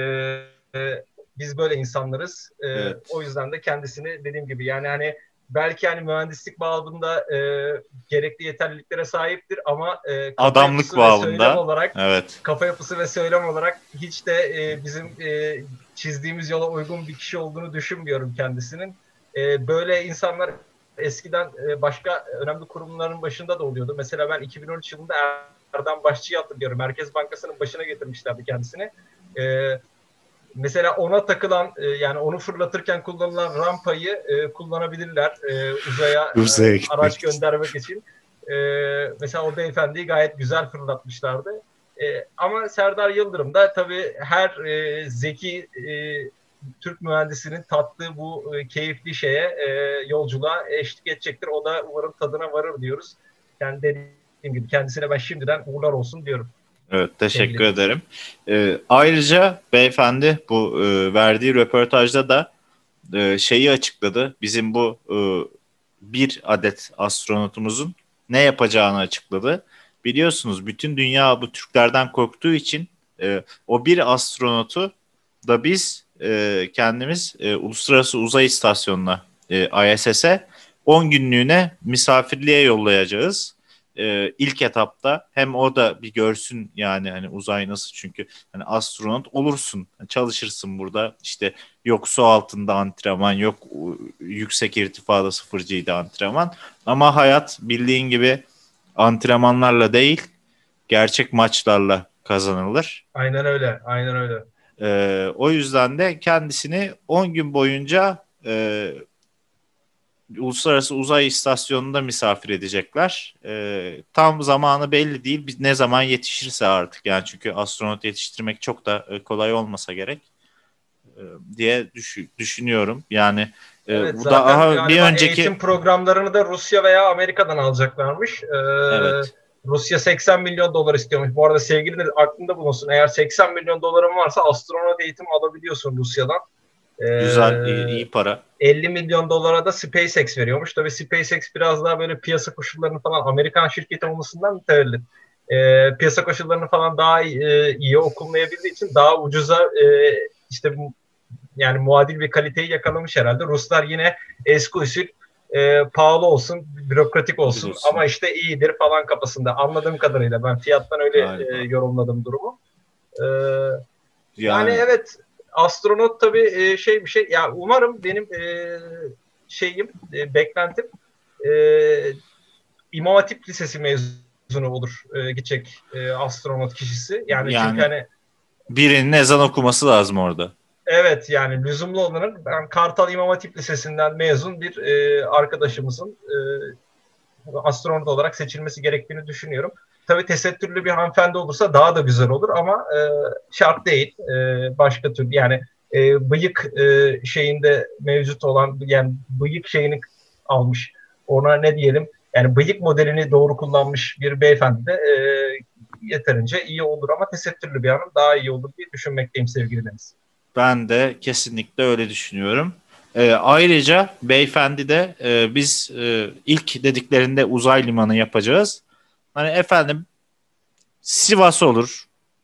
biz böyle insanlarız. O Evet. yüzden de kendisini dediğim gibi yani hani belki hani mühendislik babında gerekli yeterliliklere sahiptir ama Adamlık babında. Evet. kafa yapısı ve söylem olarak hiç de bizim çizdiğimiz yola uygun bir kişi olduğunu düşünmüyorum kendisinin. Böyle insanlar eskiden başka önemli kurumların başında da oluyordu. Mesela ben 2013 yılında Erdem Başçı'yı hatırlıyorum. Merkez Bankası'nın başına getirmişlerdi kendisini. E, mesela ona takılan yani onu fırlatırken kullanılan rampayı kullanabilirler uzaya Uzaya araç gitmek için. göndermek için. Mesela o beyefendiyi gayet güzel fırlatmışlardı. Ama Serdar Yıldırım da tabii her zeki Türk mühendisinin tattığı bu keyifli yolculuğa eşlik edecektir. O da umarım tadına varır diyoruz. Yani dediğim gibi kendisine ben şimdiden uğurlar olsun diyorum. Evet, teşekkür Sevgili. ederim. Ayrıca beyefendi bu verdiği röportajda da şeyi açıkladı. Bizim bu bir adet astronotumuzun ne yapacağını açıkladı. Biliyorsunuz bütün dünya bu Türklerden korktuğu için o bir astronotu da biz kendimiz Uluslararası Uzay İstasyonu'na ISS'e 10 günlüğüne misafirliğe yollayacağız. İlk etapta hem o da bir görsün yani hani uzay nasıl, çünkü hani astronot olursun, çalışırsın burada, işte yok su altında antrenman, yok yüksek irtifada sıfırcıydı antrenman, ama hayat bildiğin gibi antrenmanlarla değil, gerçek maçlarla kazanılır. Aynen öyle. Aynen öyle. O yüzden de kendisini 10 gün boyunca Uluslararası Uzay İstasyonu'nda misafir edecekler. Tam zamanı belli değil. Ne zaman yetişirse artık. Yani çünkü astronot yetiştirmek çok da kolay olmasa gerek e, diye düşünüyorum. Yani Evet, bu zaten daha bir galiba önceki, eğitim programlarını da Rusya veya Amerika'dan alacaklarmış. evet, Rusya 80 milyon dolar istiyormuş. Bu arada sevgili de aklında bulunsun. Eğer 80 milyon doların varsa astronot eğitimi alabiliyorsun Rusya'dan. güzel, Ee, iyi para. 50 milyon dolara da SpaceX veriyormuş. Tabii SpaceX biraz daha böyle piyasa koşullarını falan Amerikan şirketi olmasından mütevellit. Piyasa koşullarını falan daha iyi okunmayabildiği için daha ucuza işte yani muadil bir kaliteyi yakalamış herhalde. Ruslar yine eski usul pahalı olsun, bürokratik Ucuz olsun olsun ama işte iyidir falan kafasında. Anladığım kadarıyla ben fiyattan öyle galiba. yorumladım durumu. E, Yani Yani evet, astronot tabii bir şey. Ya umarım benim beklentim e, İmam Hatip Lisesi mezunu olur gidecek astronot kişisi. Yani çünkü yani hani birinin ezan okuması lazım orada. evet, yani lüzumlu olarak ben Kartal İmam Hatip Lisesi'nden mezun bir arkadaşımızın astronot olarak seçilmesi gerektiğini düşünüyorum. Tabii tesettürlü bir hanımefendi olursa daha da güzel olur ama şart değil. Başka türlü yani bıyık şeyinde mevcut olan, yani bıyık şeyini almış. Ona ne diyelim? Yani bıyık modelini doğru kullanmış bir beyefendi de yeterince iyi olur ama tesettürlü bir hanım daha iyi olur diye düşünmekteyim sevgili Deniz. Ben de kesinlikle öyle düşünüyorum. Ayrıca beyefendi de biz ilk dediklerinde uzay limanı yapacağız. Hani efendim Sivas olur,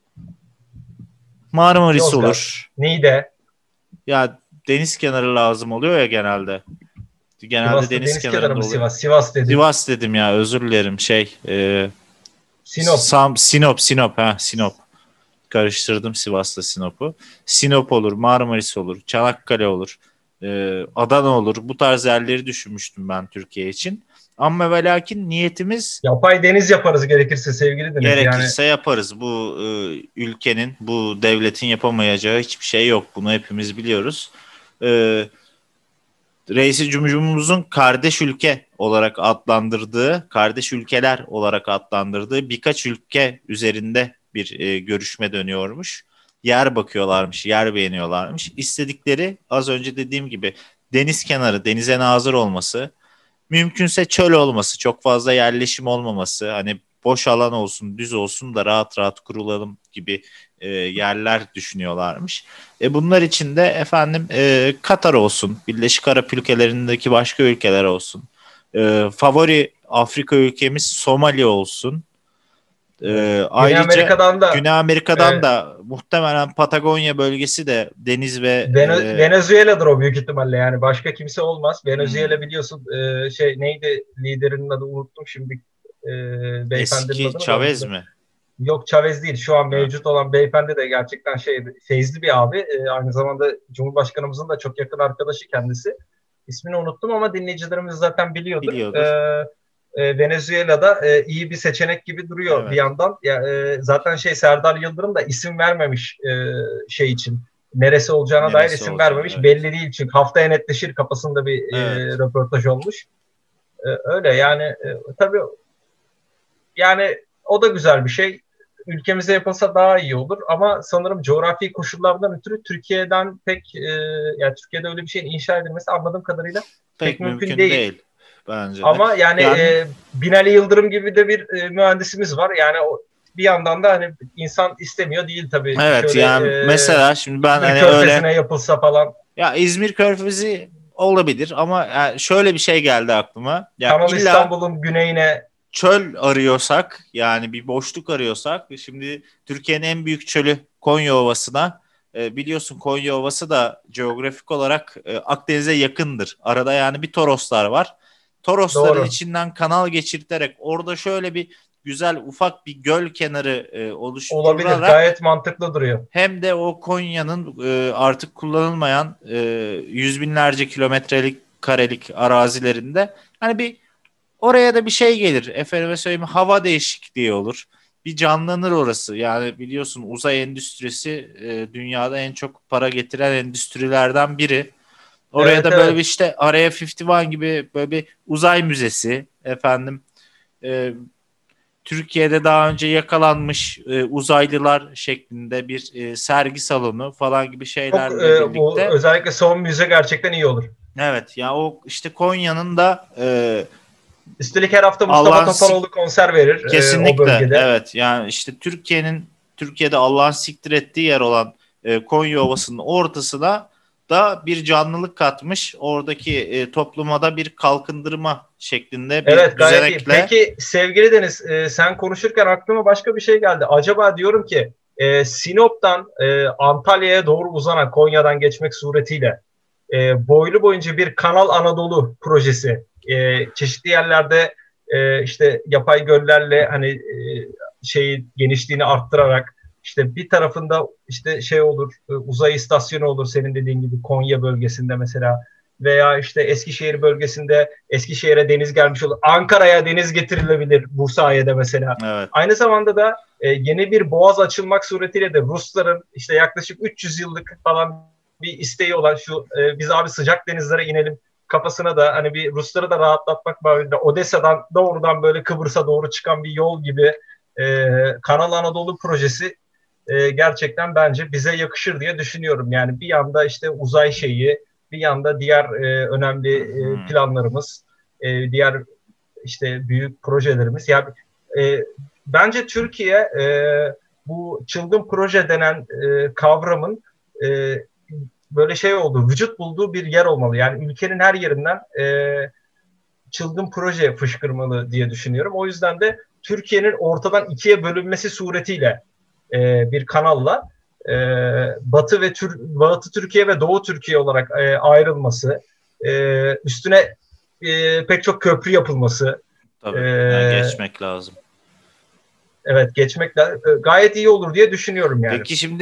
Marmaris Yozgat, olur. Niğde, Ya deniz kenarı lazım oluyor ya genelde. Genelde Sivas'ta deniz deniz kenarı kenarında mı oluyor. Sivas? Sivas dedin. Sivas dedim ya, özür dilerim, Sinop. Sinop, ha, Sinop. Karıştırdım Sivas'la Sinop'u. Sinop olur, Marmaris olur, Çanakkale olur, Adana olur. Bu tarz yerleri düşünmüştüm ben Türkiye için. Ama ve lakin niyetimiz, Yapay deniz yaparız gerekirse sevgili Deniz. Yani gerekirse yaparız. Bu ülkenin, bu devletin yapamayacağı hiçbir şey yok. Bunu hepimiz biliyoruz. E, Reisi Cumhurumuzun kardeş ülke olarak adlandırdığı, kardeş ülkeler olarak adlandırdığı birkaç ülke üzerinde bir görüşme dönüyormuş. Yer bakıyorlarmış, yer beğeniyorlarmış. İstedikleri, az önce dediğim gibi, deniz kenarı, denize nazır olması, mümkünse çöl olması, çok fazla yerleşim olmaması, hani boş alan olsun, düz olsun da rahat rahat kurulalım gibi yerler düşünüyorlarmış. Bunlar için de efendim Katar olsun, Birleşik Arap ülkelerindeki başka ülkeler olsun. Favori Afrika ülkemiz Somali olsun. evet. Güney Ayrıca Amerika'dan da Güney Amerika'dan e, da muhtemelen Patagonya bölgesi de deniz ve Venezuela'dır o büyük ihtimalle, yani başka kimse olmaz. Venezuela hmm, biliyorsun neydi liderinin adı, unuttum şimdi, beyefendinin eski adını da Chavez unuttum. mi? Yok, Chavez değil, şu an Ha, mevcut olan beyefendi de gerçekten feyzli bir abi. Aynı zamanda Cumhurbaşkanımızın da çok yakın arkadaşı kendisi. İsmini unuttum ama dinleyicilerimiz zaten biliyordur. biliyordur. Venezuela'da iyi bir seçenek gibi duruyor bir Evet. yandan. Ya, zaten Serdar Yıldırım da isim vermemiş için. Neresi olacağına dair Neresi isim olacağını, vermemiş. evet. Belli değil çünkü haftaya netleşir kafasında bir Evet. röportaj olmuş. Öyle yani tabii, yani o da güzel bir şey. ülkemize yapılsa daha iyi olur ama sanırım coğrafi koşullardan ötürü Türkiye'den pek yani Türkiye'de öyle bir şeyin inşa edilmesi anladığım kadarıyla pek Pek mümkün mümkün değil. değil bence de. Ama yani Yani Binali Yıldırım gibi de bir mühendisimiz var. Yani bir yandan da hani insan istemiyor değil tabii. evet, Şöyle yani mesela şimdi ben İzmir hani öyle, Körfezi'ne yapılsa falan. ya İzmir Körfezi olabilir ama yani şöyle bir şey geldi aklıma. Ya Kanal illa İstanbul'un güneyine. çöl arıyorsak, yani bir boşluk arıyorsak, şimdi Türkiye'nin en büyük çölü Konya Ovası'na, biliyorsun Konya Ovası da coğrafik olarak Akdeniz'e yakındır. Arada yani bir Toroslar var. Torosların Doğru. içinden kanal geçirterek orada şöyle bir güzel ufak bir göl kenarı Olabilir. oluşturarak, Gayet mantıklı duruyor. hem de o Konya'nın artık kullanılmayan yüz binlerce kilometrelik karelik arazilerinde hani bir, oraya da bir şey gelir. Efendime söyleyeyim, hava değişikliği olur. Bir canlanır orası. Yani biliyorsun uzay endüstrisi dünyada en çok para getiren endüstrilerden biri. Oraya Evet, da böyle bir evet. işte Area 51 gibi böyle bir uzay müzesi efendim, e, Türkiye'de daha önce yakalanmış uzaylılar şeklinde bir sergi salonu falan gibi Çok şeylerle bu birlikte. özellikle son müze gerçekten iyi olur. Evet ya, o işte Konya'nın da Üstelik her hafta Mustafa Allah'ın Topaloğlu konser verir o kesinlikle, bölgede. evet, yani işte Türkiye'de Allah'ın siktir ettiği yer olan Konya Ovası'nın ortasına da bir canlılık katmış. Oradaki topluma da bir kalkındırma şeklinde bir Evet, gayet iyi. düzenekle. Peki sevgili Deniz, sen konuşurken aklıma başka bir şey geldi. Acaba diyorum ki Sinop'tan Antalya'ya doğru uzanan Konya'dan geçmek suretiyle boylu boyunca bir Kanal Anadolu projesi çeşitli yerlerde işte yapay göllerle hani şeyi genişliğini arttırarak işte bir tarafında işte şey olur uzay istasyonu olur senin dediğin gibi Konya bölgesinde mesela veya işte Eskişehir bölgesinde Eskişehir'e deniz gelmiş olur. Ankara'ya deniz getirilebilir bu sayede mesela. Evet, Aynı zamanda da yeni bir boğaz açılmak suretiyle de Rusların işte yaklaşık 300 yıllık falan bir isteği olan şu biz abi sıcak denizlere inelim kafasına da hani bir Rusları da rahatlatmak babında Odessa'dan doğrudan böyle Kıbrıs'a doğru çıkan bir yol gibi Kanal Anadolu projesi gerçekten bence bize yakışır diye düşünüyorum. Yani bir yanda işte uzay şeyi, bir yanda diğer önemli hı-hı. planlarımız, diğer işte büyük projelerimiz. Yani e, bence Türkiye bu çılgın proje denen kavramın e, böyle şey olduğu, vücut bulduğu bir yer olmalı. Yani ülkenin her yerinden çılgın proje fışkırmalı diye düşünüyorum. O yüzden de Türkiye'nin ortadan ikiye bölünmesi suretiyle bir kanalla e, Batı Türkiye ve Doğu Türkiye olarak ayrılması, üstüne pek çok köprü yapılması, e, Tabii. Yani geçmek lazım. evet geçmekle gayet iyi olur diye düşünüyorum yani. Peki şimdi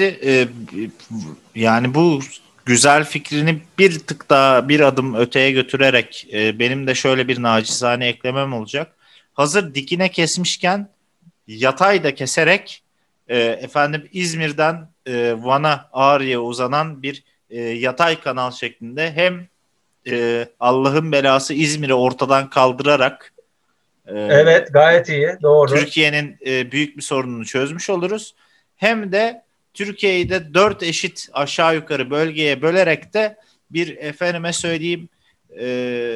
yani bu güzel fikrini bir tık daha bir adım öteye götürerek benim de şöyle bir nacizane eklemem olacak. Hazır dikine kesmişken yatay da keserek efendim İzmir'den Van'a, Ağrı'ya uzanan bir yatay kanal şeklinde, hem Allah'ın belası İzmir'i ortadan kaldırarak Evet gayet iyi doğru. Türkiye'nin büyük bir sorununu çözmüş oluruz. Hem de Türkiye'yi de dört eşit aşağı yukarı bölgeye bölerek de bir, efendime söyleyeyim, e,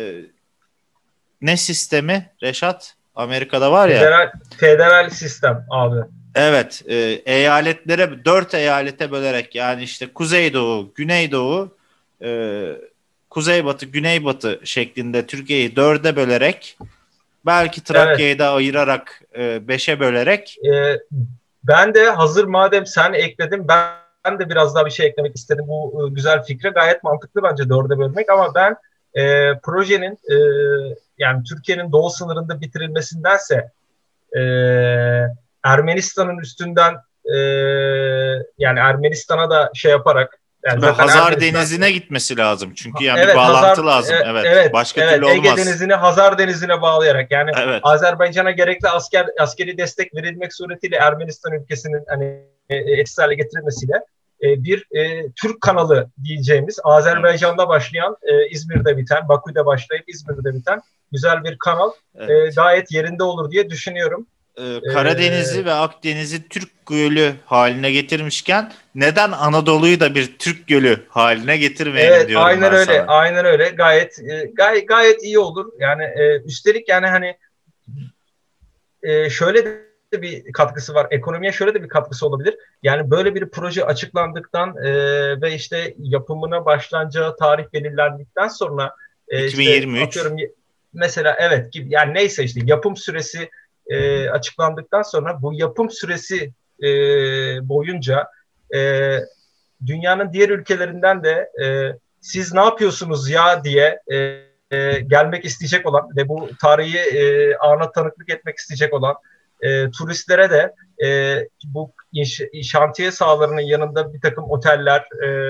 ne sistemi Reşat? Amerika'da var ya. Federal sistem abi. Evet, eyaletlere, dört eyalete bölerek, yani işte Kuzeydoğu, Güneydoğu, e, Kuzeybatı, Güneybatı şeklinde Türkiye'yi dörde bölerek, belki Evet. Trakya'yı da ayırarak beşe bölerek. Ben de hazır madem sen ekledin ben de biraz daha bir şey eklemek istedim bu güzel fikre. Gayet mantıklı bence dörde bölmek ama ben projenin yani Türkiye'nin doğu sınırında bitirilmesindense e, Ermenistan'ın üstünden e, yani Ermenistan'a da şey yaparak yani Tabii zaten Hazar Ermenistan Denizi'ne gitmesi lazım. Çünkü yani bir evet bağlantı lazım. Evet. evet Başka türlü evet Ege olmaz. Denizi'ni Hazar Denizi'ne bağlayarak yani Evet. Azerbaycan'a gerekli askeri destek verilmek suretiyle Ermenistan ülkesinin hani etkisiz hale getirilmesiyle bir Türk kanalı diyeceğimiz Evet. Azerbaycan'da başlayan İzmir'de biten Bakü'de başlayıp İzmir'de biten güzel bir kanal Evet. gayet yerinde olur diye düşünüyorum. Karadeniz'i ve Akdeniz'i Türk Gölü haline getirmişken neden Anadolu'yu da bir Türk Gölü haline getirmeyelim Evet, diyorum aynen ben öyle, sana. aynen öyle. Gayet iyi olur. Yani üstelik yani hani şöyle de bir katkısı var. Ekonomiye şöyle de bir katkısı olabilir. Yani böyle bir proje açıklandıktan ve işte yapımına başlanacağı tarih belirlendikten sonra işte 2023. atıyorum mesela evet gibi yani neyse işte yapım süresi açıklandıktan sonra bu yapım süresi e, boyunca e, dünyanın diğer ülkelerinden de siz ne yapıyorsunuz ya diye gelmek isteyecek olan ve bu tarihi ana tanıklık etmek isteyecek olan turistlere de bu şantiye sahalarının yanında bir takım oteller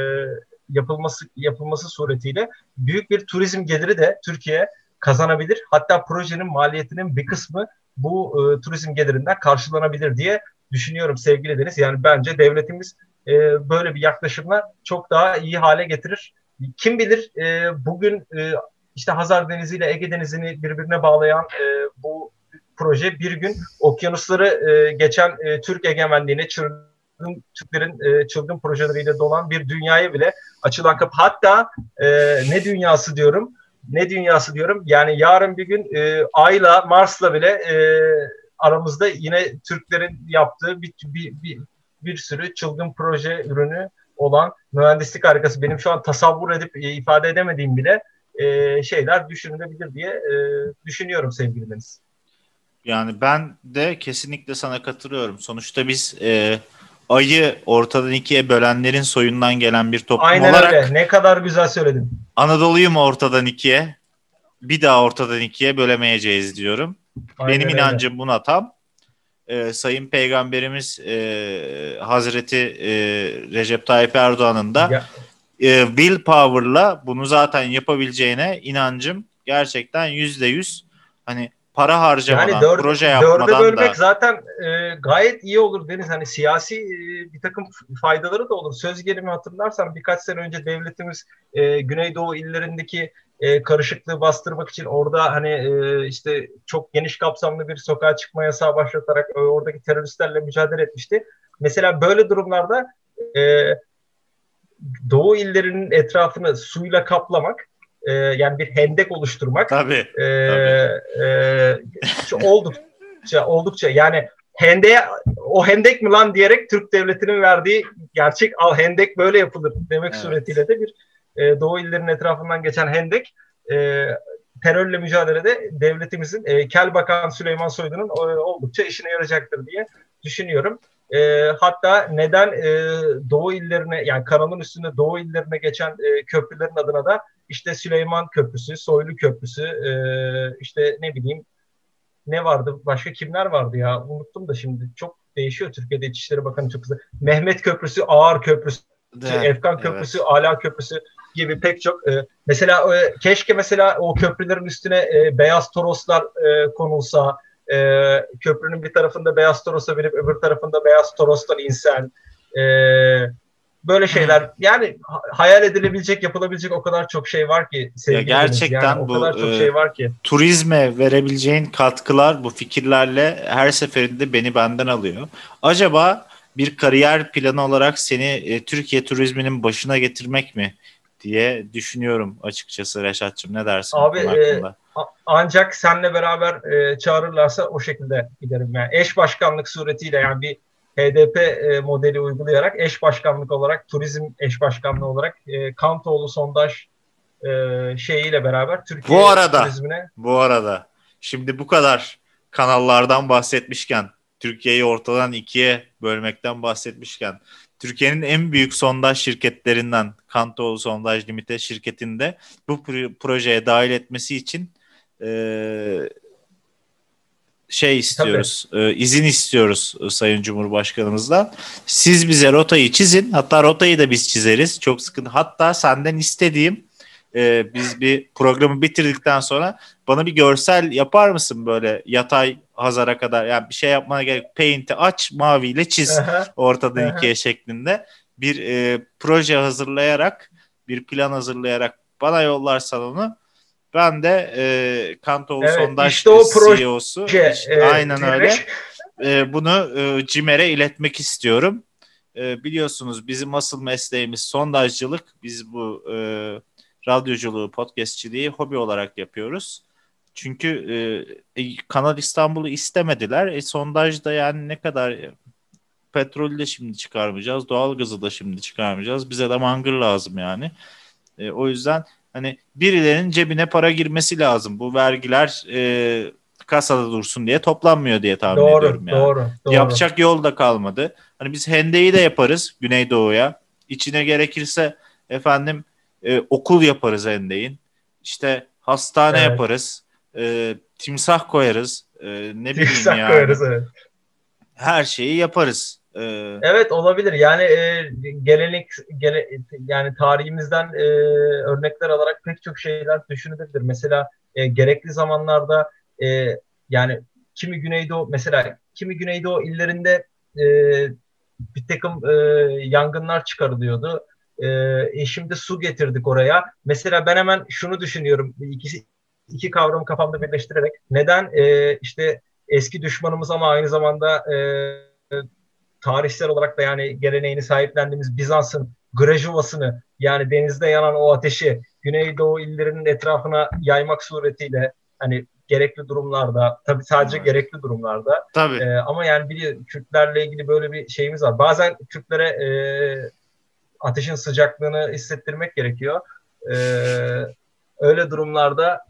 yapılması suretiyle büyük bir turizm geliri de Türkiye kazanabilir. Hatta projenin maliyetinin bir kısmı bu turizm gelirinden karşılanabilir diye düşünüyorum sevgili Deniz. Yani bence devletimiz böyle bir yaklaşımla çok daha iyi hale getirir. Kim bilir bugün işte Hazar Denizi ile Ege Denizi'ni birbirine bağlayan bu proje bir gün okyanusları geçen Türk egemenliğine Türklerin çılgın projeleriyle dolan bir dünyaya bile açılan kapı. Hatta ne dünyası diyorum, ne dünyası diyorum. Yani yarın bir gün Ay'la, Mars'la bile aramızda yine Türklerin yaptığı bir sürü çılgın proje ürünü olan mühendislik harikası. Benim şu an tasavvur edip ifade edemediğim bile şeyler düşünülebilir diye düşünüyorum sevgili Deniz. Yani ben de kesinlikle sana katılıyorum. Sonuçta biz ayı ortadan ikiye bölenlerin soyundan gelen bir toplum Aynen öyle. olarak Ne kadar güzel söyledin. Anadolu'yu mu ortadan ikiye, bir daha ortadan ikiye bölemeyeceğiz diyorum. Benim Aynen öyle. inancım buna tam. Sayın Peygamberimiz Hazreti Recep Tayyip Erdoğan'ın da Ya, willpower'la bunu zaten yapabileceğine inancım gerçekten %100. Hani para Yani harcamadan, proje dörde yapmadan bölmek da zaten gayet iyi olur Deniz. Hani siyasi bir takım faydaları da olur. Söz gelimi hatırlarsan birkaç sene önce devletimiz Güneydoğu illerindeki karışıklığı bastırmak için orada hani işte çok geniş kapsamlı bir sokağa çıkma yasağı başlatarak oradaki teröristlerle mücadele etmişti. Mesela böyle durumlarda e, Doğu illerinin etrafını suyla kaplamak, yani bir hendek oluşturmak tabii e, tabii. oldukça yani hendeğe o hendek mi lan diyerek Türk devletinin verdiği gerçek al hendek böyle yapılır demek Evet. suretiyle de bir Doğu illerinin etrafından geçen hendek terörle mücadelede devletimizin Kel Süleyman Soylu'nun oldukça işine yarayacaktır diye düşünüyorum. Hatta neden Doğu illerine yani kanalın üstünde Doğu illerine geçen köprülerin adına da işte Süleyman Köprüsü, Soylu Köprüsü, işte ne bileyim ne vardı başka kimler vardı ya unuttum da şimdi çok değişiyor Türkiye'de İçişleri Bakanı çok hızlı. Mehmet Köprüsü, Ağar Köprüsü, Efkan Köprüsü, Evet. Ala Köprüsü gibi pek çok mesela keşke mesela o köprülerin üstüne beyaz toroslar konulsa, köprünün bir tarafında beyaz torosa binip öbür tarafında beyaz torostan insen e, böyle Hı. şeyler yani hayal edilebilecek yapılabilecek o kadar çok şey var ki Ya sevgili Deniz yani gerçekten o bu kadar çok şey var ki. turizme verebileceğin katkılar bu fikirlerle her seferinde beni benden alıyor. Acaba bir kariyer planı olarak seni Türkiye turizminin başına getirmek mi diye düşünüyorum açıkçası Reşat'cığım. Ne dersin bu Abi konu hakkında? ancak seninle beraber çağırırlarsa o şekilde giderim. Yani eş başkanlık suretiyle yani bir HDP modeli uygulayarak eş başkanlık olarak turizm eş başkanlığı olarak Kantoğlu sondaj şeyiyle beraber Bu Türkiye arada, turizmine bu arada şimdi bu kadar kanallardan bahsetmişken, Türkiye'yi ortadan ikiye bölmekten bahsetmişken, Türkiye'nin en büyük sondaj şirketlerinden Kantoğlu Sondaj Limited şirketinde bu projeye dahil etmesi için e, şey tabii. istiyoruz, izin istiyoruz Sayın Cumhurbaşkanımızdan. Siz bize rotayı çizin, hatta rotayı da biz çizeriz. Çok sıkıntı. Hatta senden istediğim biz bir programı bitirdikten sonra bana bir görsel yapar mısın böyle yatay Hazar'a kadar? Yani bir şey yapmana gerek. Paint'i aç, maviyle çiz Aha, ortadan ikiye aha. şeklinde bir proje hazırlayarak, bir plan hazırlayarak bana yollarsan onu. Ben de Kantoğlu Evet Sondaj işte o CEO'su proje aynen öyle. diyerek. bunu CİMER'e iletmek istiyorum. Biliyorsunuz bizim asıl mesleğimiz sondajcılık. Biz bu radyoculuğu, podcastçiliği hobi olarak yapıyoruz. Çünkü Kanal İstanbul'u istemediler. Sondajda yani ne kadar petrolü de şimdi çıkarmayacağız, doğalgazı da şimdi çıkarmayacağız. Bize de mangır lazım yani. O yüzden hani birilerinin cebine para girmesi lazım. Bu vergiler kasada dursun diye toplanmıyor diye tahmin Doğru, ediyorum yani. doğru, doğru. Yapacak yol da kalmadı. Hani biz hendeyi de yaparız Güneydoğu'ya. İçine gerekirse efendim okul yaparız hendeyin. İşte hastane Evet. yaparız. Timsah koyarız. Ne bileyim Timsah yani. koyarız, evet. Her şeyi yaparız. Evet, olabilir. Yani yani tarihimizden örnekler alarak pek çok şeyler düşünülebilir. Mesela gerekli zamanlarda e, yani kimi Güneydoğu illerinde e, bir takım yangınlar çıkarılıyordu. Şimdi su getirdik oraya. Mesela ben hemen şunu düşünüyorum. İki kavramı kafamda birleştirerek neden işte eski düşmanımız ama aynı zamanda tarihsel olarak da yani geleneğini sahiplendiğimiz Bizans'ın Grajuvası'nı yani denizde yanan o ateşi Güneydoğu illerinin etrafına yaymak suretiyle hani gerekli durumlarda tabii sadece Evet. gerekli durumlarda Tabii. ama yani Kürtlerle ilgili böyle bir şeyimiz var. Bazen Kürtlere ateşin sıcaklığını hissettirmek gerekiyor. E, öyle durumlarda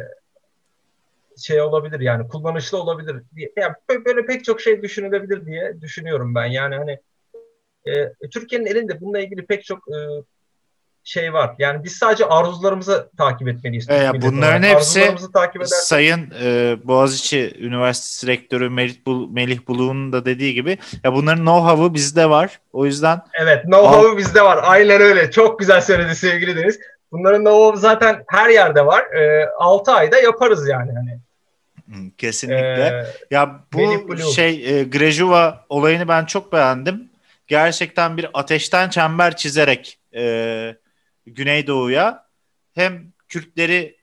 şey olabilir yani kullanışlı olabilir diye. Yani böyle pek çok şey düşünülebilir diye düşünüyorum ben. Yani hani Türkiye'nin elinde bununla ilgili pek çok şey var. Yani biz sadece arzularımızı takip etmeliyiz Türk milleti Bunların olarak. hepsi Arzularımızı takip edersek Sayın Boğaziçi Üniversitesi Rektörü Melih Buluğ'un da dediği gibi ya bunların know-how'ı bizde var. O yüzden evet alt know-how'u bizde var. Aynen öyle. Çok güzel söyledi sevgili Deniz. Bunların know-how'u zaten her yerde var. 6 ayda yaparız yani. Hani, kesinlikle. e, Ya Melih bu Blue. Grejuva olayını ben çok beğendim. Gerçekten bir ateşten çember çizerek Güneydoğu'ya hem Kürtleri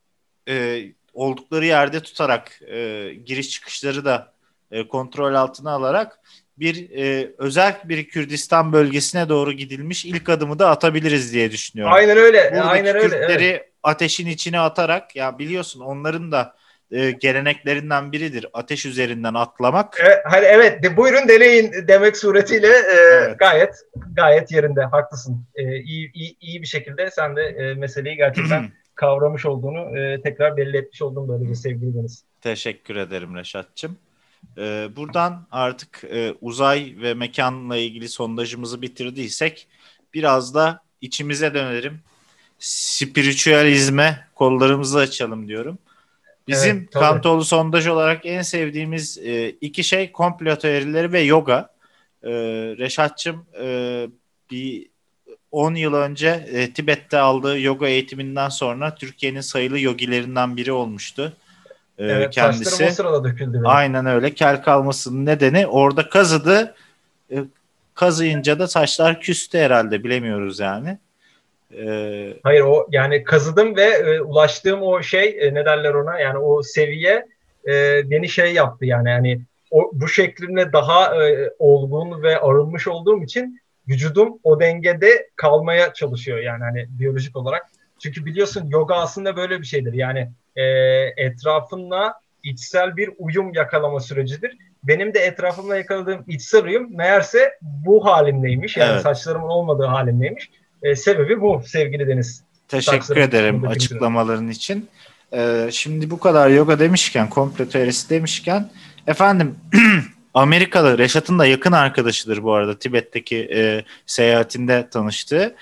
oldukları yerde tutarak giriş çıkışları da kontrol altına alarak bir özel bir Kürdistan bölgesine doğru gidilmiş ilk adımı da atabiliriz diye düşünüyorum. Aynen öyle. Buradaki Aynen öyle. Evet. Kürtleri ateşin içine atarak ya biliyorsun onların da geleneklerinden biridir ateş üzerinden atlamak. Hani evet buyurun deneyin demek suretiyle Evet. gayet yerinde haklısın. İyi bir şekilde sen de meseleyi gerçekten kavramış olduğunu tekrar belli etmiş oldun böylece sevgili Deniz. Teşekkür ederim Reşat'cığım. Buradan artık uzay ve mekanla ilgili sondajımızı bitirdiysek biraz da içimize dönelim. Spiritüalizme kollarımızı açalım diyorum. Evet Bizim tabii. Kantolu sondaj olarak en sevdiğimiz iki şey komplo teorileri ve yoga. Reşat'cığım bir 10 yıl önce Tibet'te aldığı yoga eğitiminden sonra Türkiye'nin sayılı yogilerinden biri olmuştu Evet saçlarım o kendisi. sırada döküldü benim. Aynen öyle. Kel kalmasının nedeni orada kazıdı. E, Kazıyınca da saçlar küstü herhalde bilemiyoruz yani. E, Hayır o yani kazıdım ve ulaştığım o şey ne derler ona yani o seviye beni şey yaptı yani bu şeklimle daha olgun ve arınmış olduğum için vücudum o dengede kalmaya çalışıyor yani hani biyolojik olarak. Çünkü biliyorsun yoga aslında böyle bir şeydir yani e, etrafınla içsel bir uyum yakalama sürecidir. Benim de etrafımla yakaladığım içsel uyum meğerse bu halimdeymiş yani evet. saçlarımın olmadığı halimdeymiş. Sebebi bu sevgili Deniz. Teşekkür Saçlarım ederim döküntünün. açıklamaların için. Şimdi bu kadar yoga demişken, komplo teorisi demişken efendim Amerikalı Reşat'ın da yakın arkadaşıdır bu arada Tibet'teki seyahatinde tanıştığı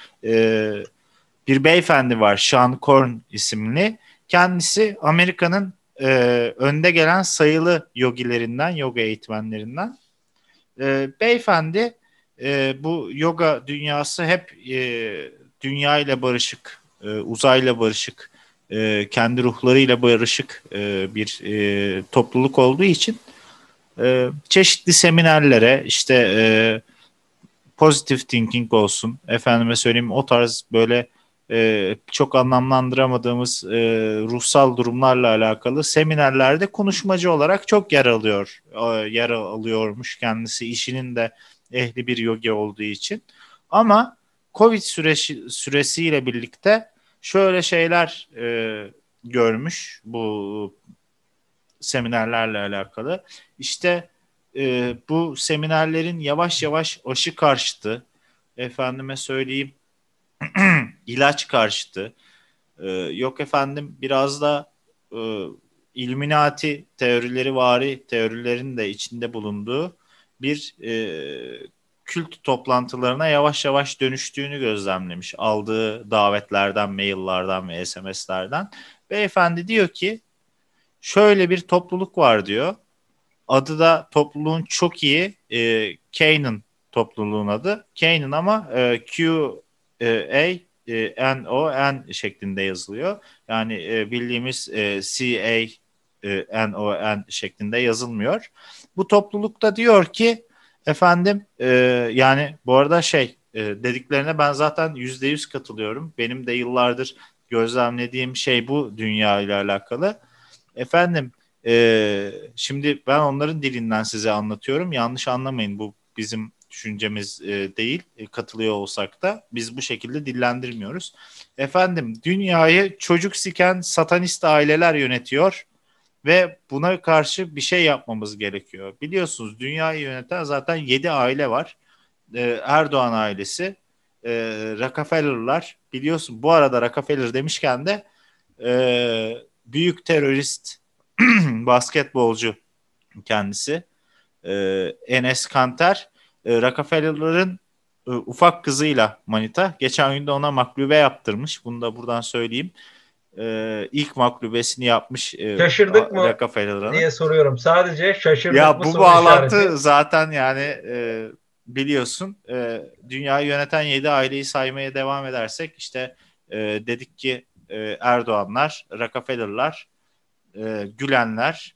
bir beyefendi var Sean Korn isimli. Kendisi Amerika'nın önde gelen sayılı yogilerinden, yoga eğitmenlerinden. Beyefendi bu yoga dünyası hep dünya ile barışık, uzayla barışık, kendi ruhlarıyla barışık bir topluluk olduğu için çeşitli seminerlere işte positive thinking olsun, efendime söyleyeyim o tarz böyle çok anlamlandıramadığımız ruhsal durumlarla alakalı seminerlerde konuşmacı olarak çok yer alıyormuş kendisi, işinin de ehli bir yogi olduğu için. Ama Covid süresiyle birlikte şöyle şeyler görmüş bu seminerlerle alakalı. İşte bu seminerlerin yavaş yavaş aşı karşıtı, efendime söyleyeyim, ilaç karşıtı, yok efendim biraz da e, Illuminati teorilerin de içinde bulunduğu bir kült toplantılarına yavaş yavaş dönüştüğünü gözlemlemiş. Aldığı davetlerden, maillerden ve SMS'lerden. Beyefendi diyor ki şöyle bir topluluk var diyor. Adı da topluluğun çok iyi Canaan topluluğun adı. Canaan ama Q-A-N-O-N şeklinde yazılıyor. Yani bildiğimiz C-A-N-O-N şeklinde yazılmıyor. Bu toplulukta diyor ki efendim yani bu arada dediklerine ben zaten %100 katılıyorum. Benim de yıllardır gözlemlediğim şey bu dünya ile alakalı. Efendim şimdi ben onların dilinden size anlatıyorum. Yanlış anlamayın, bu bizim düşüncemiz değil. Katılıyor olsak da biz bu şekilde dillendirmiyoruz. Efendim dünyayı çocuk siken satanist aileler yönetiyor ve buna karşı bir şey yapmamız gerekiyor. Biliyorsunuz dünyayı yöneten zaten 7 aile var. Erdoğan ailesi, Rockefeller'lar. Biliyorsun bu arada Rockefeller demişken de büyük terörist basketbolcu kendisi. Enes Kanter Rockefeller'ların ufak kızıyla manita. Geçen gün de ona maklube yaptırmış. Bunu da buradan söyleyeyim. İlk maklubesini yapmış Şaşırdık mı Rockefeller'ın. diye soruyorum. Sadece şaşırdık Ya mı bu soru işareti. bağlantı zaten yani biliyorsun dünyayı yöneten 7 aileyi saymaya devam edersek işte dedik ki Erdoğanlar, Rockefeller'lar, Gülenler,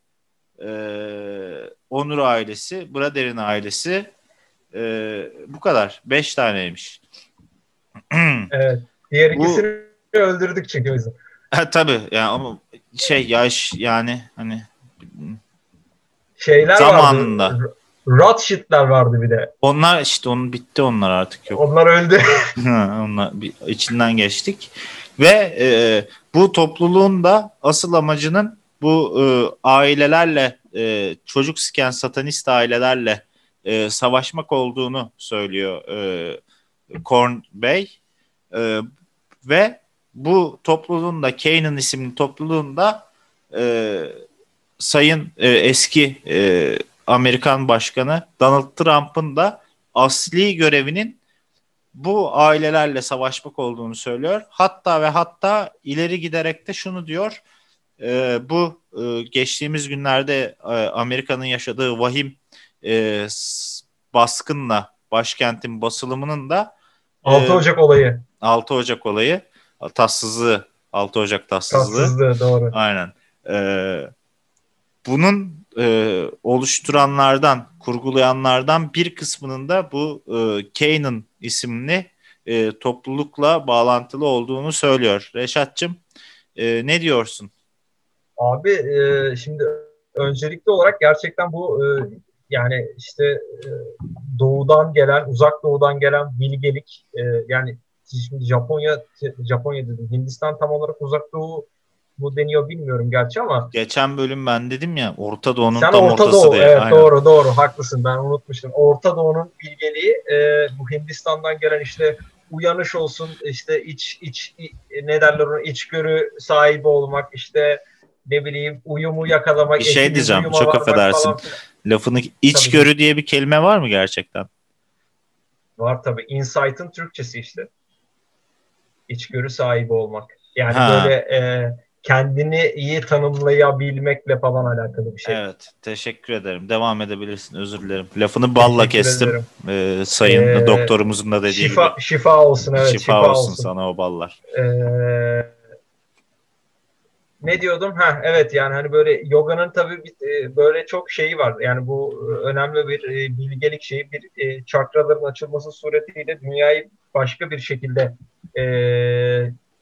Onur ailesi, Brader'in ailesi, bu kadar. 5 taneymiş. Evet. Diğer Bu ikisini öldürdük çünkü bizim. tabii yani ama yaş yani hani Şeyler vardı. zamanında Rothschild'ler vardı bir de. onlar işte onun bitti, onlar artık yok. Onlar öldü. Onlar içinden geçtik ve bu topluluğun da asıl amacının bu ailelerle çocuk siken satanist ailelerle savaşmak olduğunu söylüyor Korn Bey. Ve bu topluluğun da Canaan isimli topluluğun da e, Sayın eski Amerikan Başkanı Donald Trump'ın da asli görevinin bu ailelerle savaşmak olduğunu söylüyor. Hatta ve hatta ileri giderek de şunu diyor. Bu geçtiğimiz günlerde Amerika'nın yaşadığı vahim e, baskınla başkentin basılımının da 6 e, Ocak olayı. 6 Ocak olayı, tatsızlığı, 6 Ocak tatsızlığı. Tatsızlığı doğru. Aynen. Bunun oluşturanlardan, kurgulayanlardan bir kısmının da bu Canaan isimli toplulukla bağlantılı olduğunu söylüyor. Reşat'cığım ne diyorsun? Abi şimdi öncelikli olarak gerçekten bu yani işte doğudan gelen, uzak doğudan gelen bilgelik yani şimdi Japonya dedim. Hindistan tam olarak uzak doğu bu deniyor bilmiyorum gerçi ama Geçen bölüm ben dedim ya Orta Doğu'nun sen tam Orta ortası Doğu, diye. evet Aynen. doğru doğru haklısın, ben unutmuştum. Orta Doğu'nun bilgeliği bu Hindistan'dan gelen işte uyanış olsun, işte ne derler ona, içgörü sahibi olmak, işte ne bileyim uyumu Bir yakalamak, şey eşinin diyeceğim, uyuma çok varmak affedersin. falan filan. Lafını Tabii buyur. içgörü diye bir kelime var mı gerçekten? Var tabii. Insight'ın Türkçesi işte. İçgörü sahibi olmak. Yani böyle Ha, kendini iyi tanımlayabilmekle falan alakalı bir şey. evet. Teşekkür ederim. Devam edebilirsin. Özür dilerim. Lafını balla Teşekkür kestim. ederim. Sayın E, doktorumuzun da dediği gibi. şifa olsun, evet, Şifa şifa olsun olsun. sana o ballar. E, ne diyordum? Ha evet, yani hani böyle yoganın tabii böyle çok şeyi var. Yani bu önemli bir bilgelik şeyi, bir çakraların açılması suretiyle dünyayı başka bir şekilde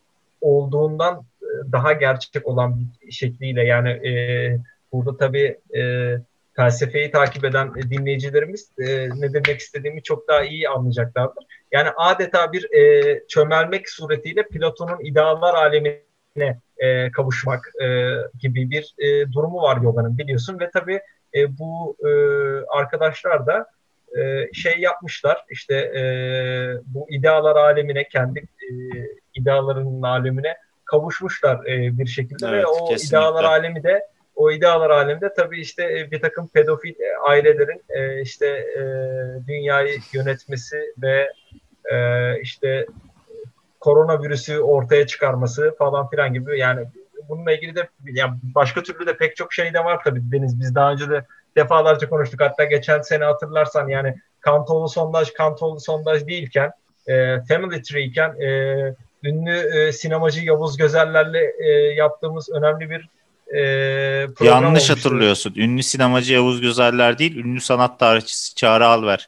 olduğundan daha gerçek olan bir şekliyle yani burada tabii felsefeyi takip eden dinleyicilerimiz ne demek istediğimi çok daha iyi anlayacaklardır. Yani adeta bir çömelmek suretiyle Platon'un idealar alemine kavuşmak gibi bir durumu var yoganın biliyorsun ve tabii bu arkadaşlar da şey yapmışlar işte bu idealar alemine kendi idealarının alemine kavuşmuşlar bir şekilde ve Evet, kesinlikle. o idealar aleminde tabii işte bir takım pedofil ailelerin işte dünyayı yönetmesi ve işte koronavirüsü ortaya çıkarması falan filan gibi yani bununla ilgili de yani başka türlü de pek çok şey de var tabii Deniz. Biz daha önce de defalarca konuştuk. Hatta geçen sene hatırlarsan yani Kantoğlu sondaj değilken Family Tree iken ünlü sinemacı Yavuz Gözeller'le yaptığımız önemli bir program Yanlış olmuştu. hatırlıyorsun. Ünlü sinemacı Yavuz Gözeller değil, ünlü sanat tarihçisi Çağrı Alver.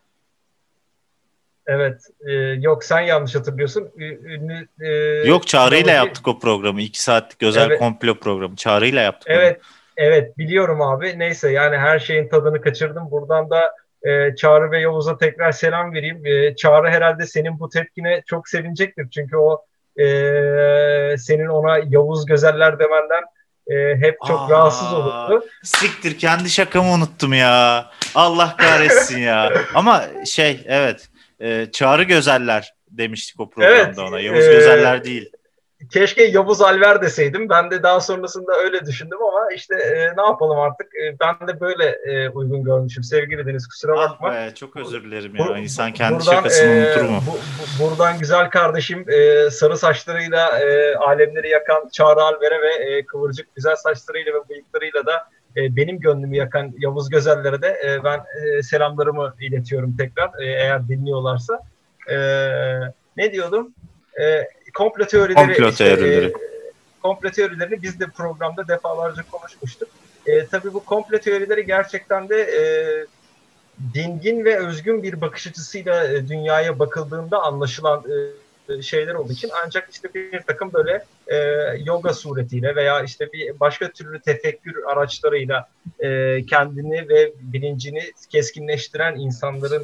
Evet, yok sen yanlış hatırlıyorsun. Ünlü Yok, Çağrı'yla sinemacı yaptık o programı. 2 saatlik özel evet. komplo programı. Çağrı'yla yaptık onu. Evet, evet biliyorum abi. Neyse yani her şeyin tadını kaçırdım. Buradan da Çağrı ve Yavuz'a tekrar selam vereyim. Çağrı herhalde senin bu tepkine çok sevinecektir. Çünkü o senin ona Yavuz Gözeller demenden hep çok rahatsız Aa, olurdu. siktir, kendi şakamı unuttum ya. Allah kahretsin ya. Ama şey, evet. Çağrı Gözeller demiştik o Evet, programda ona. Yavuz Gözeller değil. keşke Yavuz Alver deseydim. Ben de daha sonrasında öyle düşündüm ama işte ne yapalım artık. Ben de böyle uygun görmüşüm. Sevgili Deniz kusura Ah bakma. be, çok özür dilerim ya. Bu, İnsan kendi buradan şakasını unutur mu? buradan güzel kardeşim sarı saçlarıyla alemleri yakan Çağrı Alver'e ve kıvırcık güzel saçlarıyla ve bıyıklarıyla da benim gönlümü yakan Yavuz Gözeller'e de ben selamlarımı iletiyorum tekrar eğer dinliyorlarsa. E, ne diyordum? Komplo teorileri Komplo işte teorileri. komplo teorilerini biz de programda defalarca konuşmuştuk. Tabii bu komplo teorileri gerçekten de dingin ve özgün bir bakış açısıyla dünyaya bakıldığında anlaşılan şeyler olduğu için ancak işte bir takım böyle yoga suretiyle veya işte bir başka türlü tefekkür araçlarıyla kendini ve bilincini keskinleştiren insanların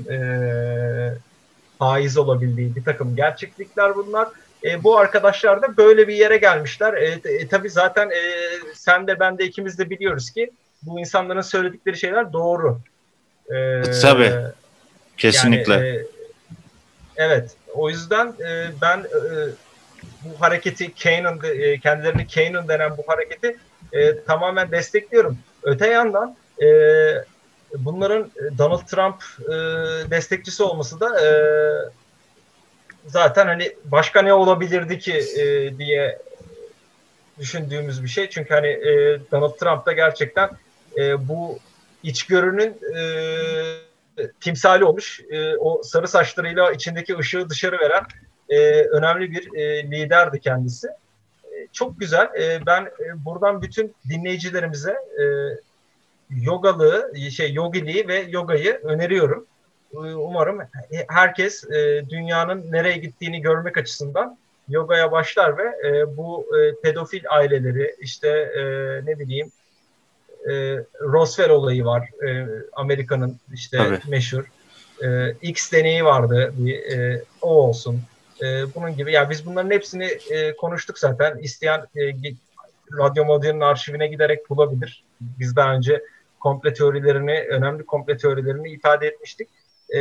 haiz olabildiği bir takım gerçeklikler bunlar. Bu arkadaşlar da böyle bir yere gelmişler. Tabii zaten sen de ben de ikimiz de biliyoruz ki bu insanların söyledikleri şeyler doğru. E, Tabii, yani kesinlikle. evet o yüzden ben bu hareketi kendilerini Kanan denen bu hareketi tamamen destekliyorum. Öte yandan bunların Donald Trump destekçisi olması da zaten hani başka ne olabilirdi ki diye düşündüğümüz bir şey. Çünkü hani Donald Trump da gerçekten bu içgörünün timsali olmuş. O sarı saçlarıyla içindeki ışığı dışarı veren önemli bir liderdi kendisi. Çok güzel. Ben buradan bütün dinleyicilerimize yogiliği ve yogayı öneriyorum. Umarım herkes dünyanın nereye gittiğini görmek açısından yogaya başlar ve bu pedofil aileleri işte ne bileyim Roswell olayı var Amerika'nın işte Tabii. meşhur X deneyi vardı o olsun bunun gibi ya biz bunların hepsini konuştuk zaten isteyen Radyo Modern'in arşivine giderek bulabilir. Biz daha önce önemli komple teorilerini ifade etmiştik.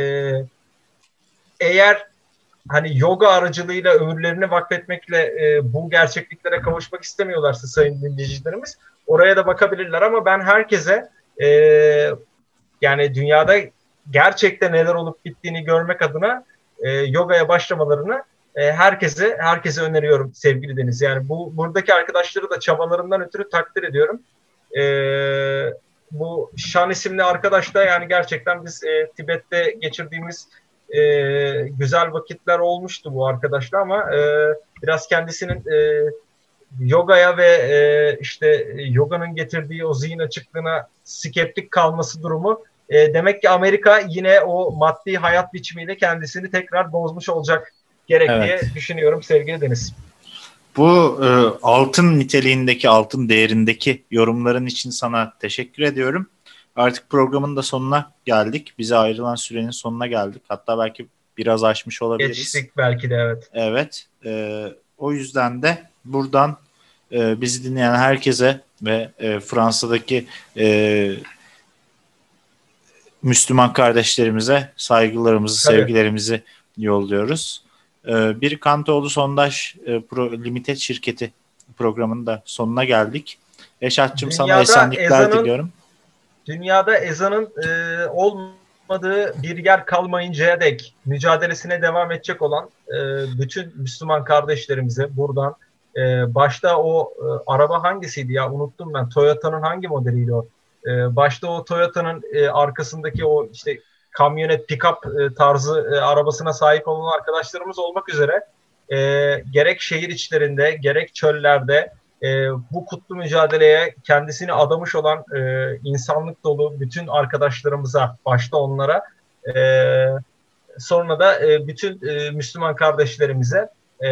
Eğer hani yoga aracılığıyla ömürlerini vakfetmekle bu gerçekliklere kavuşmak istemiyorlarsa sayın dinleyicilerimiz oraya da bakabilirler ama ben herkese e, yani dünyada gerçekten neler olup bittiğini görmek adına yogaya başlamalarını herkese öneriyorum sevgili Deniz. Yani buradaki arkadaşları da çabalarından ötürü takdir ediyorum. E, bu Şan isimli arkadaş da yani gerçekten biz Tibet'te geçirdiğimiz güzel vakitler olmuştu bu arkadaşla ama biraz kendisinin yogaya ve işte yoganın getirdiği o zihin açıklığına skeptik kalması durumu demek ki Amerika yine o maddi hayat biçimiyle kendisini tekrar bozmuş olacak gerek diye Evet. düşünüyorum sevgili Deniz. Bu altın niteliğindeki, altın değerindeki yorumların için sana teşekkür ediyorum. Artık programın da sonuna geldik. Bize ayrılan sürenin sonuna geldik. Hatta belki biraz aşmış olabiliriz. Geçtik belki de, evet. Evet. O yüzden de buradan bizi dinleyen herkese ve Fransa'daki Müslüman kardeşlerimize saygılarımızı, Tabii. sevgilerimizi yolluyoruz. Bir Kantoğlu Sondaj Limited şirketi programının da sonuna geldik. Eşat'cığım sana Dünyada esenlikler ezanın diliyorum. Dünyada ezanın olmadığı bir yer kalmayıncaya dek mücadelesine devam edecek olan bütün Müslüman kardeşlerimize buradan başta o araba hangisiydi ya, unuttum ben. Toyota'nın hangi modeliydi o? Başta o Toyota'nın arkasındaki o işte kamyonet, pick-up tarzı arabasına sahip olan arkadaşlarımız olmak üzere gerek şehir içlerinde gerek çöllerde bu kutlu mücadeleye kendisini adamış olan insanlık dolu bütün arkadaşlarımıza, başta onlara, sonra da bütün Müslüman kardeşlerimize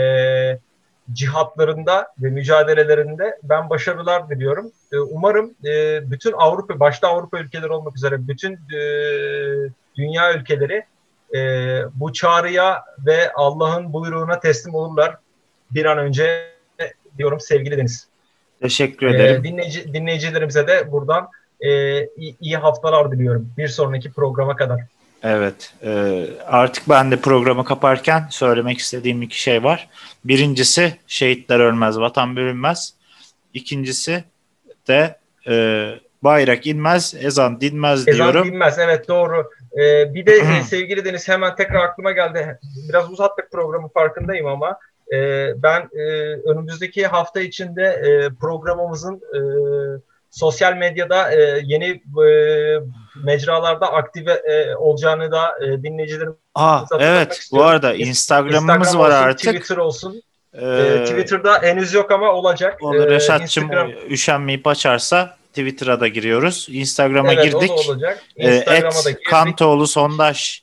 cihatlarında ve mücadelelerinde ben başarılar diliyorum. Umarım bütün Avrupa, başta Avrupa ülkeleri olmak üzere bütün dünya ülkeleri bu çağrıya ve Allah'ın buyruğuna teslim olurlar bir an önce diyorum sevgili Deniz. Teşekkür ederim. Dinleyicilerimize de buradan iyi haftalar diliyorum. Bir sonraki programa kadar. Evet. Artık ben de programı kaparken söylemek istediğim iki şey var. Birincisi şehitler ölmez, vatan bölünmez. İkincisi de bayrak inmez, ezan dinmez diyorum. Ezan dinmez, evet, doğru. Bir de sevgili Deniz, hemen tekrar aklıma geldi. Biraz uzattık programın, farkındayım ama ben önümüzdeki hafta içinde programımızın sosyal medyada yeni mecralarda aktive olacağını da dinleyicilerimize hatırlatmak Evet, bu istiyorum. arada Instagram'ımız Instagram var olsun, artık. Twitter olsun. Twitter'da henüz yok ama olacak. Olur, Reşat'cığım Instagram, üşenmeyip açarsa Twitter'a da giriyoruz. Instagram'a evet, o da girdik. olacak. Instagram'a da girdik. Kantoğlu Sondaj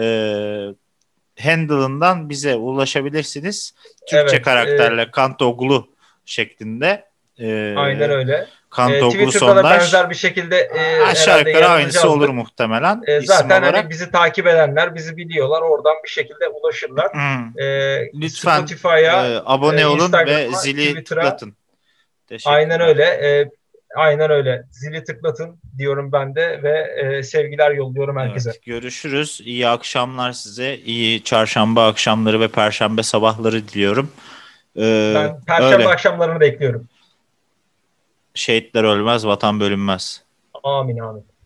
handle'ından bize ulaşabilirsiniz. Türkçe Evet, karakterle Kantoğlu şeklinde. aynen öyle. Kantoğlu Twitter'da da Sondaj benzer bir şekilde aşağı herhalde yukarı aynısı olur yazacağızdır. muhtemelen isim Zaten olarak. hani bizi takip edenler bizi biliyorlar. Oradan bir şekilde ulaşırlar. Lütfen Spotify'a, abone olun ve Instagram'a, zili Twitter'a. tıklatın. Aynen Teşekkürler. öyle. Aynen öyle. Zili tıklatın diyorum ben de ve sevgiler yolluyorum herkese. Evet, görüşürüz. İyi akşamlar size. İyi çarşamba akşamları ve perşembe sabahları diliyorum. Ben perşembe Öyle. akşamlarını bekliyorum. Şehitler ölmez, vatan bölünmez. Amin amin.